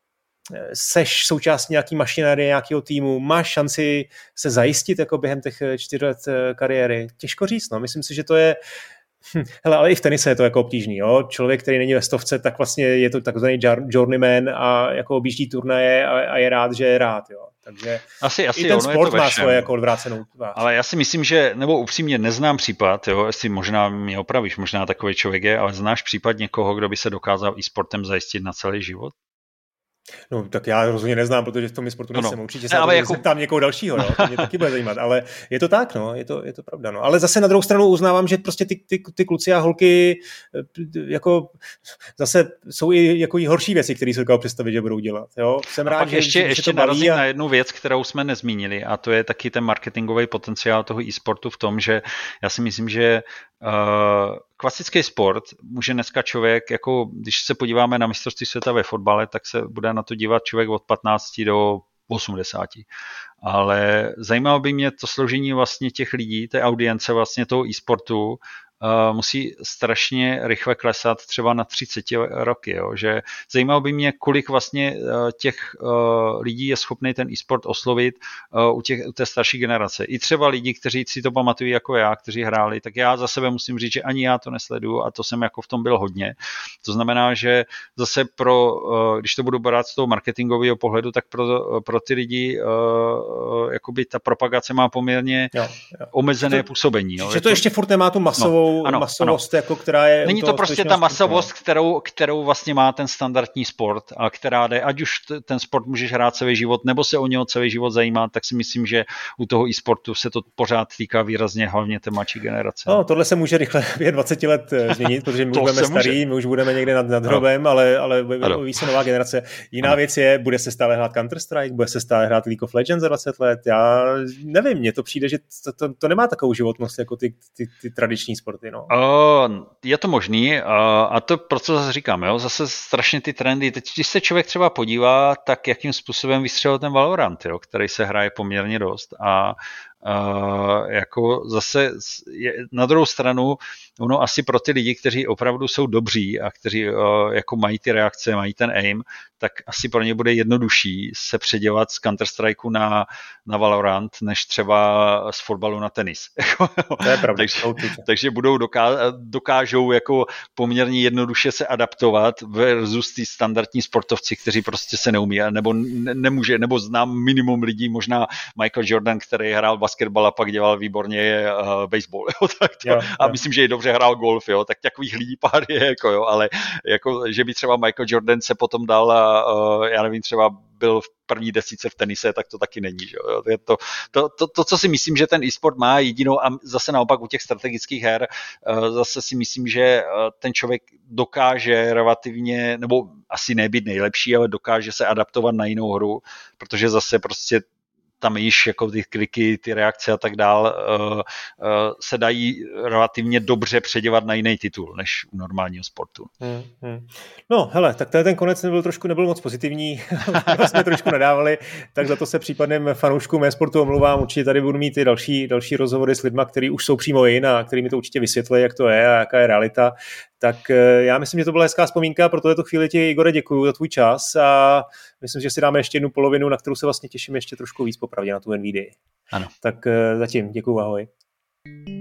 seš součástí nějaký mašinérie, nějakého týmu, máš šanci se zajistit jako během těch čtyř let kariéry. Těžko říct, no. Myslím si, že to je Hm, hele, ale i v tenise je to jako obtížný, jo. Člověk, který není ve stovce, tak vlastně je to takzvaný journeyman a jako objíždí turnaje a, a je rád, že je rád, jo. Takže asi, asi, i ten sport má svoje jako odvrácenou tvář. Ale já si myslím, že, nebo upřímně neznám případ, jo, jestli možná mě opravíš, možná takový člověk je, ale znáš případ někoho, kdo by se dokázal e-sportem zajistit na celý život? No, tak já rozhodně neznám, protože v tom sportu nejsem. No, no. Určitě se ne, ale jako... zeptám někoho dalšího, no. To mě taky bude zajímat, ale je to tak, no, je to, je to pravda, no. Ale zase na druhou stranu uznávám, že prostě ty, ty, ty kluci a holky jako zase jsou i jako i horší věci, které se dokážou představit, že budou dělat, jo. Jsem a rád, pak že, ještě, že ještě to baví narazím a... na jednu věc, kterou jsme nezmínili, a to je taky ten marketingový potenciál toho e-sportu v tom, že já si myslím, že uh, klasický sport může dneska člověk, jako když se podíváme na mistrovství světa ve fotbale, tak se bude na to dívat člověk od patnácti do osmdesát. Ale zajímalo by mě to složení vlastně těch lidí, té audience vlastně toho e-sportu, Uh, musí strašně rychle klesat třeba na třicet roky, jo? Že zajímalo by mě, kolik vlastně uh, těch uh, lidí je schopný ten e-sport oslovit uh, u, těch, u té starší generace. I třeba lidi, kteří si to pamatují jako já, kteří hráli, tak já za sebe musím říct, že ani já to nesleduju a to jsem jako v tom byl hodně. To znamená, že zase pro, uh, když to budu brát z toho marketingového pohledu, tak pro, pro ty lidi uh, jakoby ta propagace má poměrně jo, jo. omezené to, působení. Jo? Že to, to ještě furt nemá tu masovou No, ano, masovost, ano. Jako, která je... Není to prostě ta masovost, kterou, kterou vlastně má ten standardní sport a která jde, ať už ten sport můžeš hrát celý život, nebo se o něho celý život zajímat, tak si myslím, že u toho e-sportu se to pořád týká výrazně hlavně té mladší generace. No, tohle se může rychle během dvacet let změnit, protože my už budeme starý, my už budeme někde nad, nad hrobem, no. ale, ale ví se nová generace. Jiná ano. věc je, bude se stále hrát Counter-Strike, bude se stále hrát League of Legends za dvacet let. Já nevím, mně to přijde, že to, to, to nemá takovou životnost jako ty, ty, ty tradiční sporty. No. Uh, je to možný uh, a to proto zase říkám, jo, zase strašně ty trendy. Teď, když se člověk třeba podívá, tak jakým způsobem vystřelil ten Valorant, jo, který se hraje poměrně dost a Uh, jako zase je, na druhou stranu ono asi pro ty lidi, kteří opravdu jsou dobří a kteří uh, jako mají ty reakce, mají ten aim, tak asi pro ně bude jednodušší se předělat z Counter-Strikeu na, na Valorant, než třeba z fotbalu na tenis. To je pravda. takže, takže budou doká, dokážou jako poměrně jednoduše se adaptovat versus ty standardní sportovci, kteří prostě se neumí, nebo ne, nemůže, nebo znám minimum lidí, možná Michael Jordan, který hrál basketbal a pak dělal výborně uh, baseball, jo, tak to, jo, a jo. myslím, že i dobře hrál golf, jo, tak takových lidí pár je, jako jo, ale jako, že by třeba Michael Jordan se potom dal a uh, já nevím, třeba byl v první desíce v tenise, tak to taky není, že jo. To, to, to, to, to, co si myslím, že ten e-sport má jedinou a zase naopak u těch strategických her, uh, zase si myslím, že uh, ten člověk dokáže relativně, nebo asi nebýt nejlepší, ale dokáže se adaptovat na jinou hru, protože zase prostě tam již jako ty kliky, ty reakce a tak dál uh, uh, se dají relativně dobře předěvat na jiný titul, než u normálního sportu. Hmm, hmm. No, hele, tak ten konec nebyl trošku, nebyl moc pozitivní, jsme trošku nadávali, tak za to se případným fanouškům e-sportu omlouvám, určitě tady budu mít i další, další rozhovory s lidma, kteří už jsou přímo jin a který mi to určitě vysvětlí, jak to je a jaká je realita. Tak já myslím, že to byla hezká vzpomínka, pro tuto chvíli ti, Igore, děkuju za tvůj čas a myslím, že si dáme ještě jednu polovinu, na kterou se vlastně těším ještě trošku víc popravdě na tu N V D. Ano. Tak zatím děkuju, ahoj.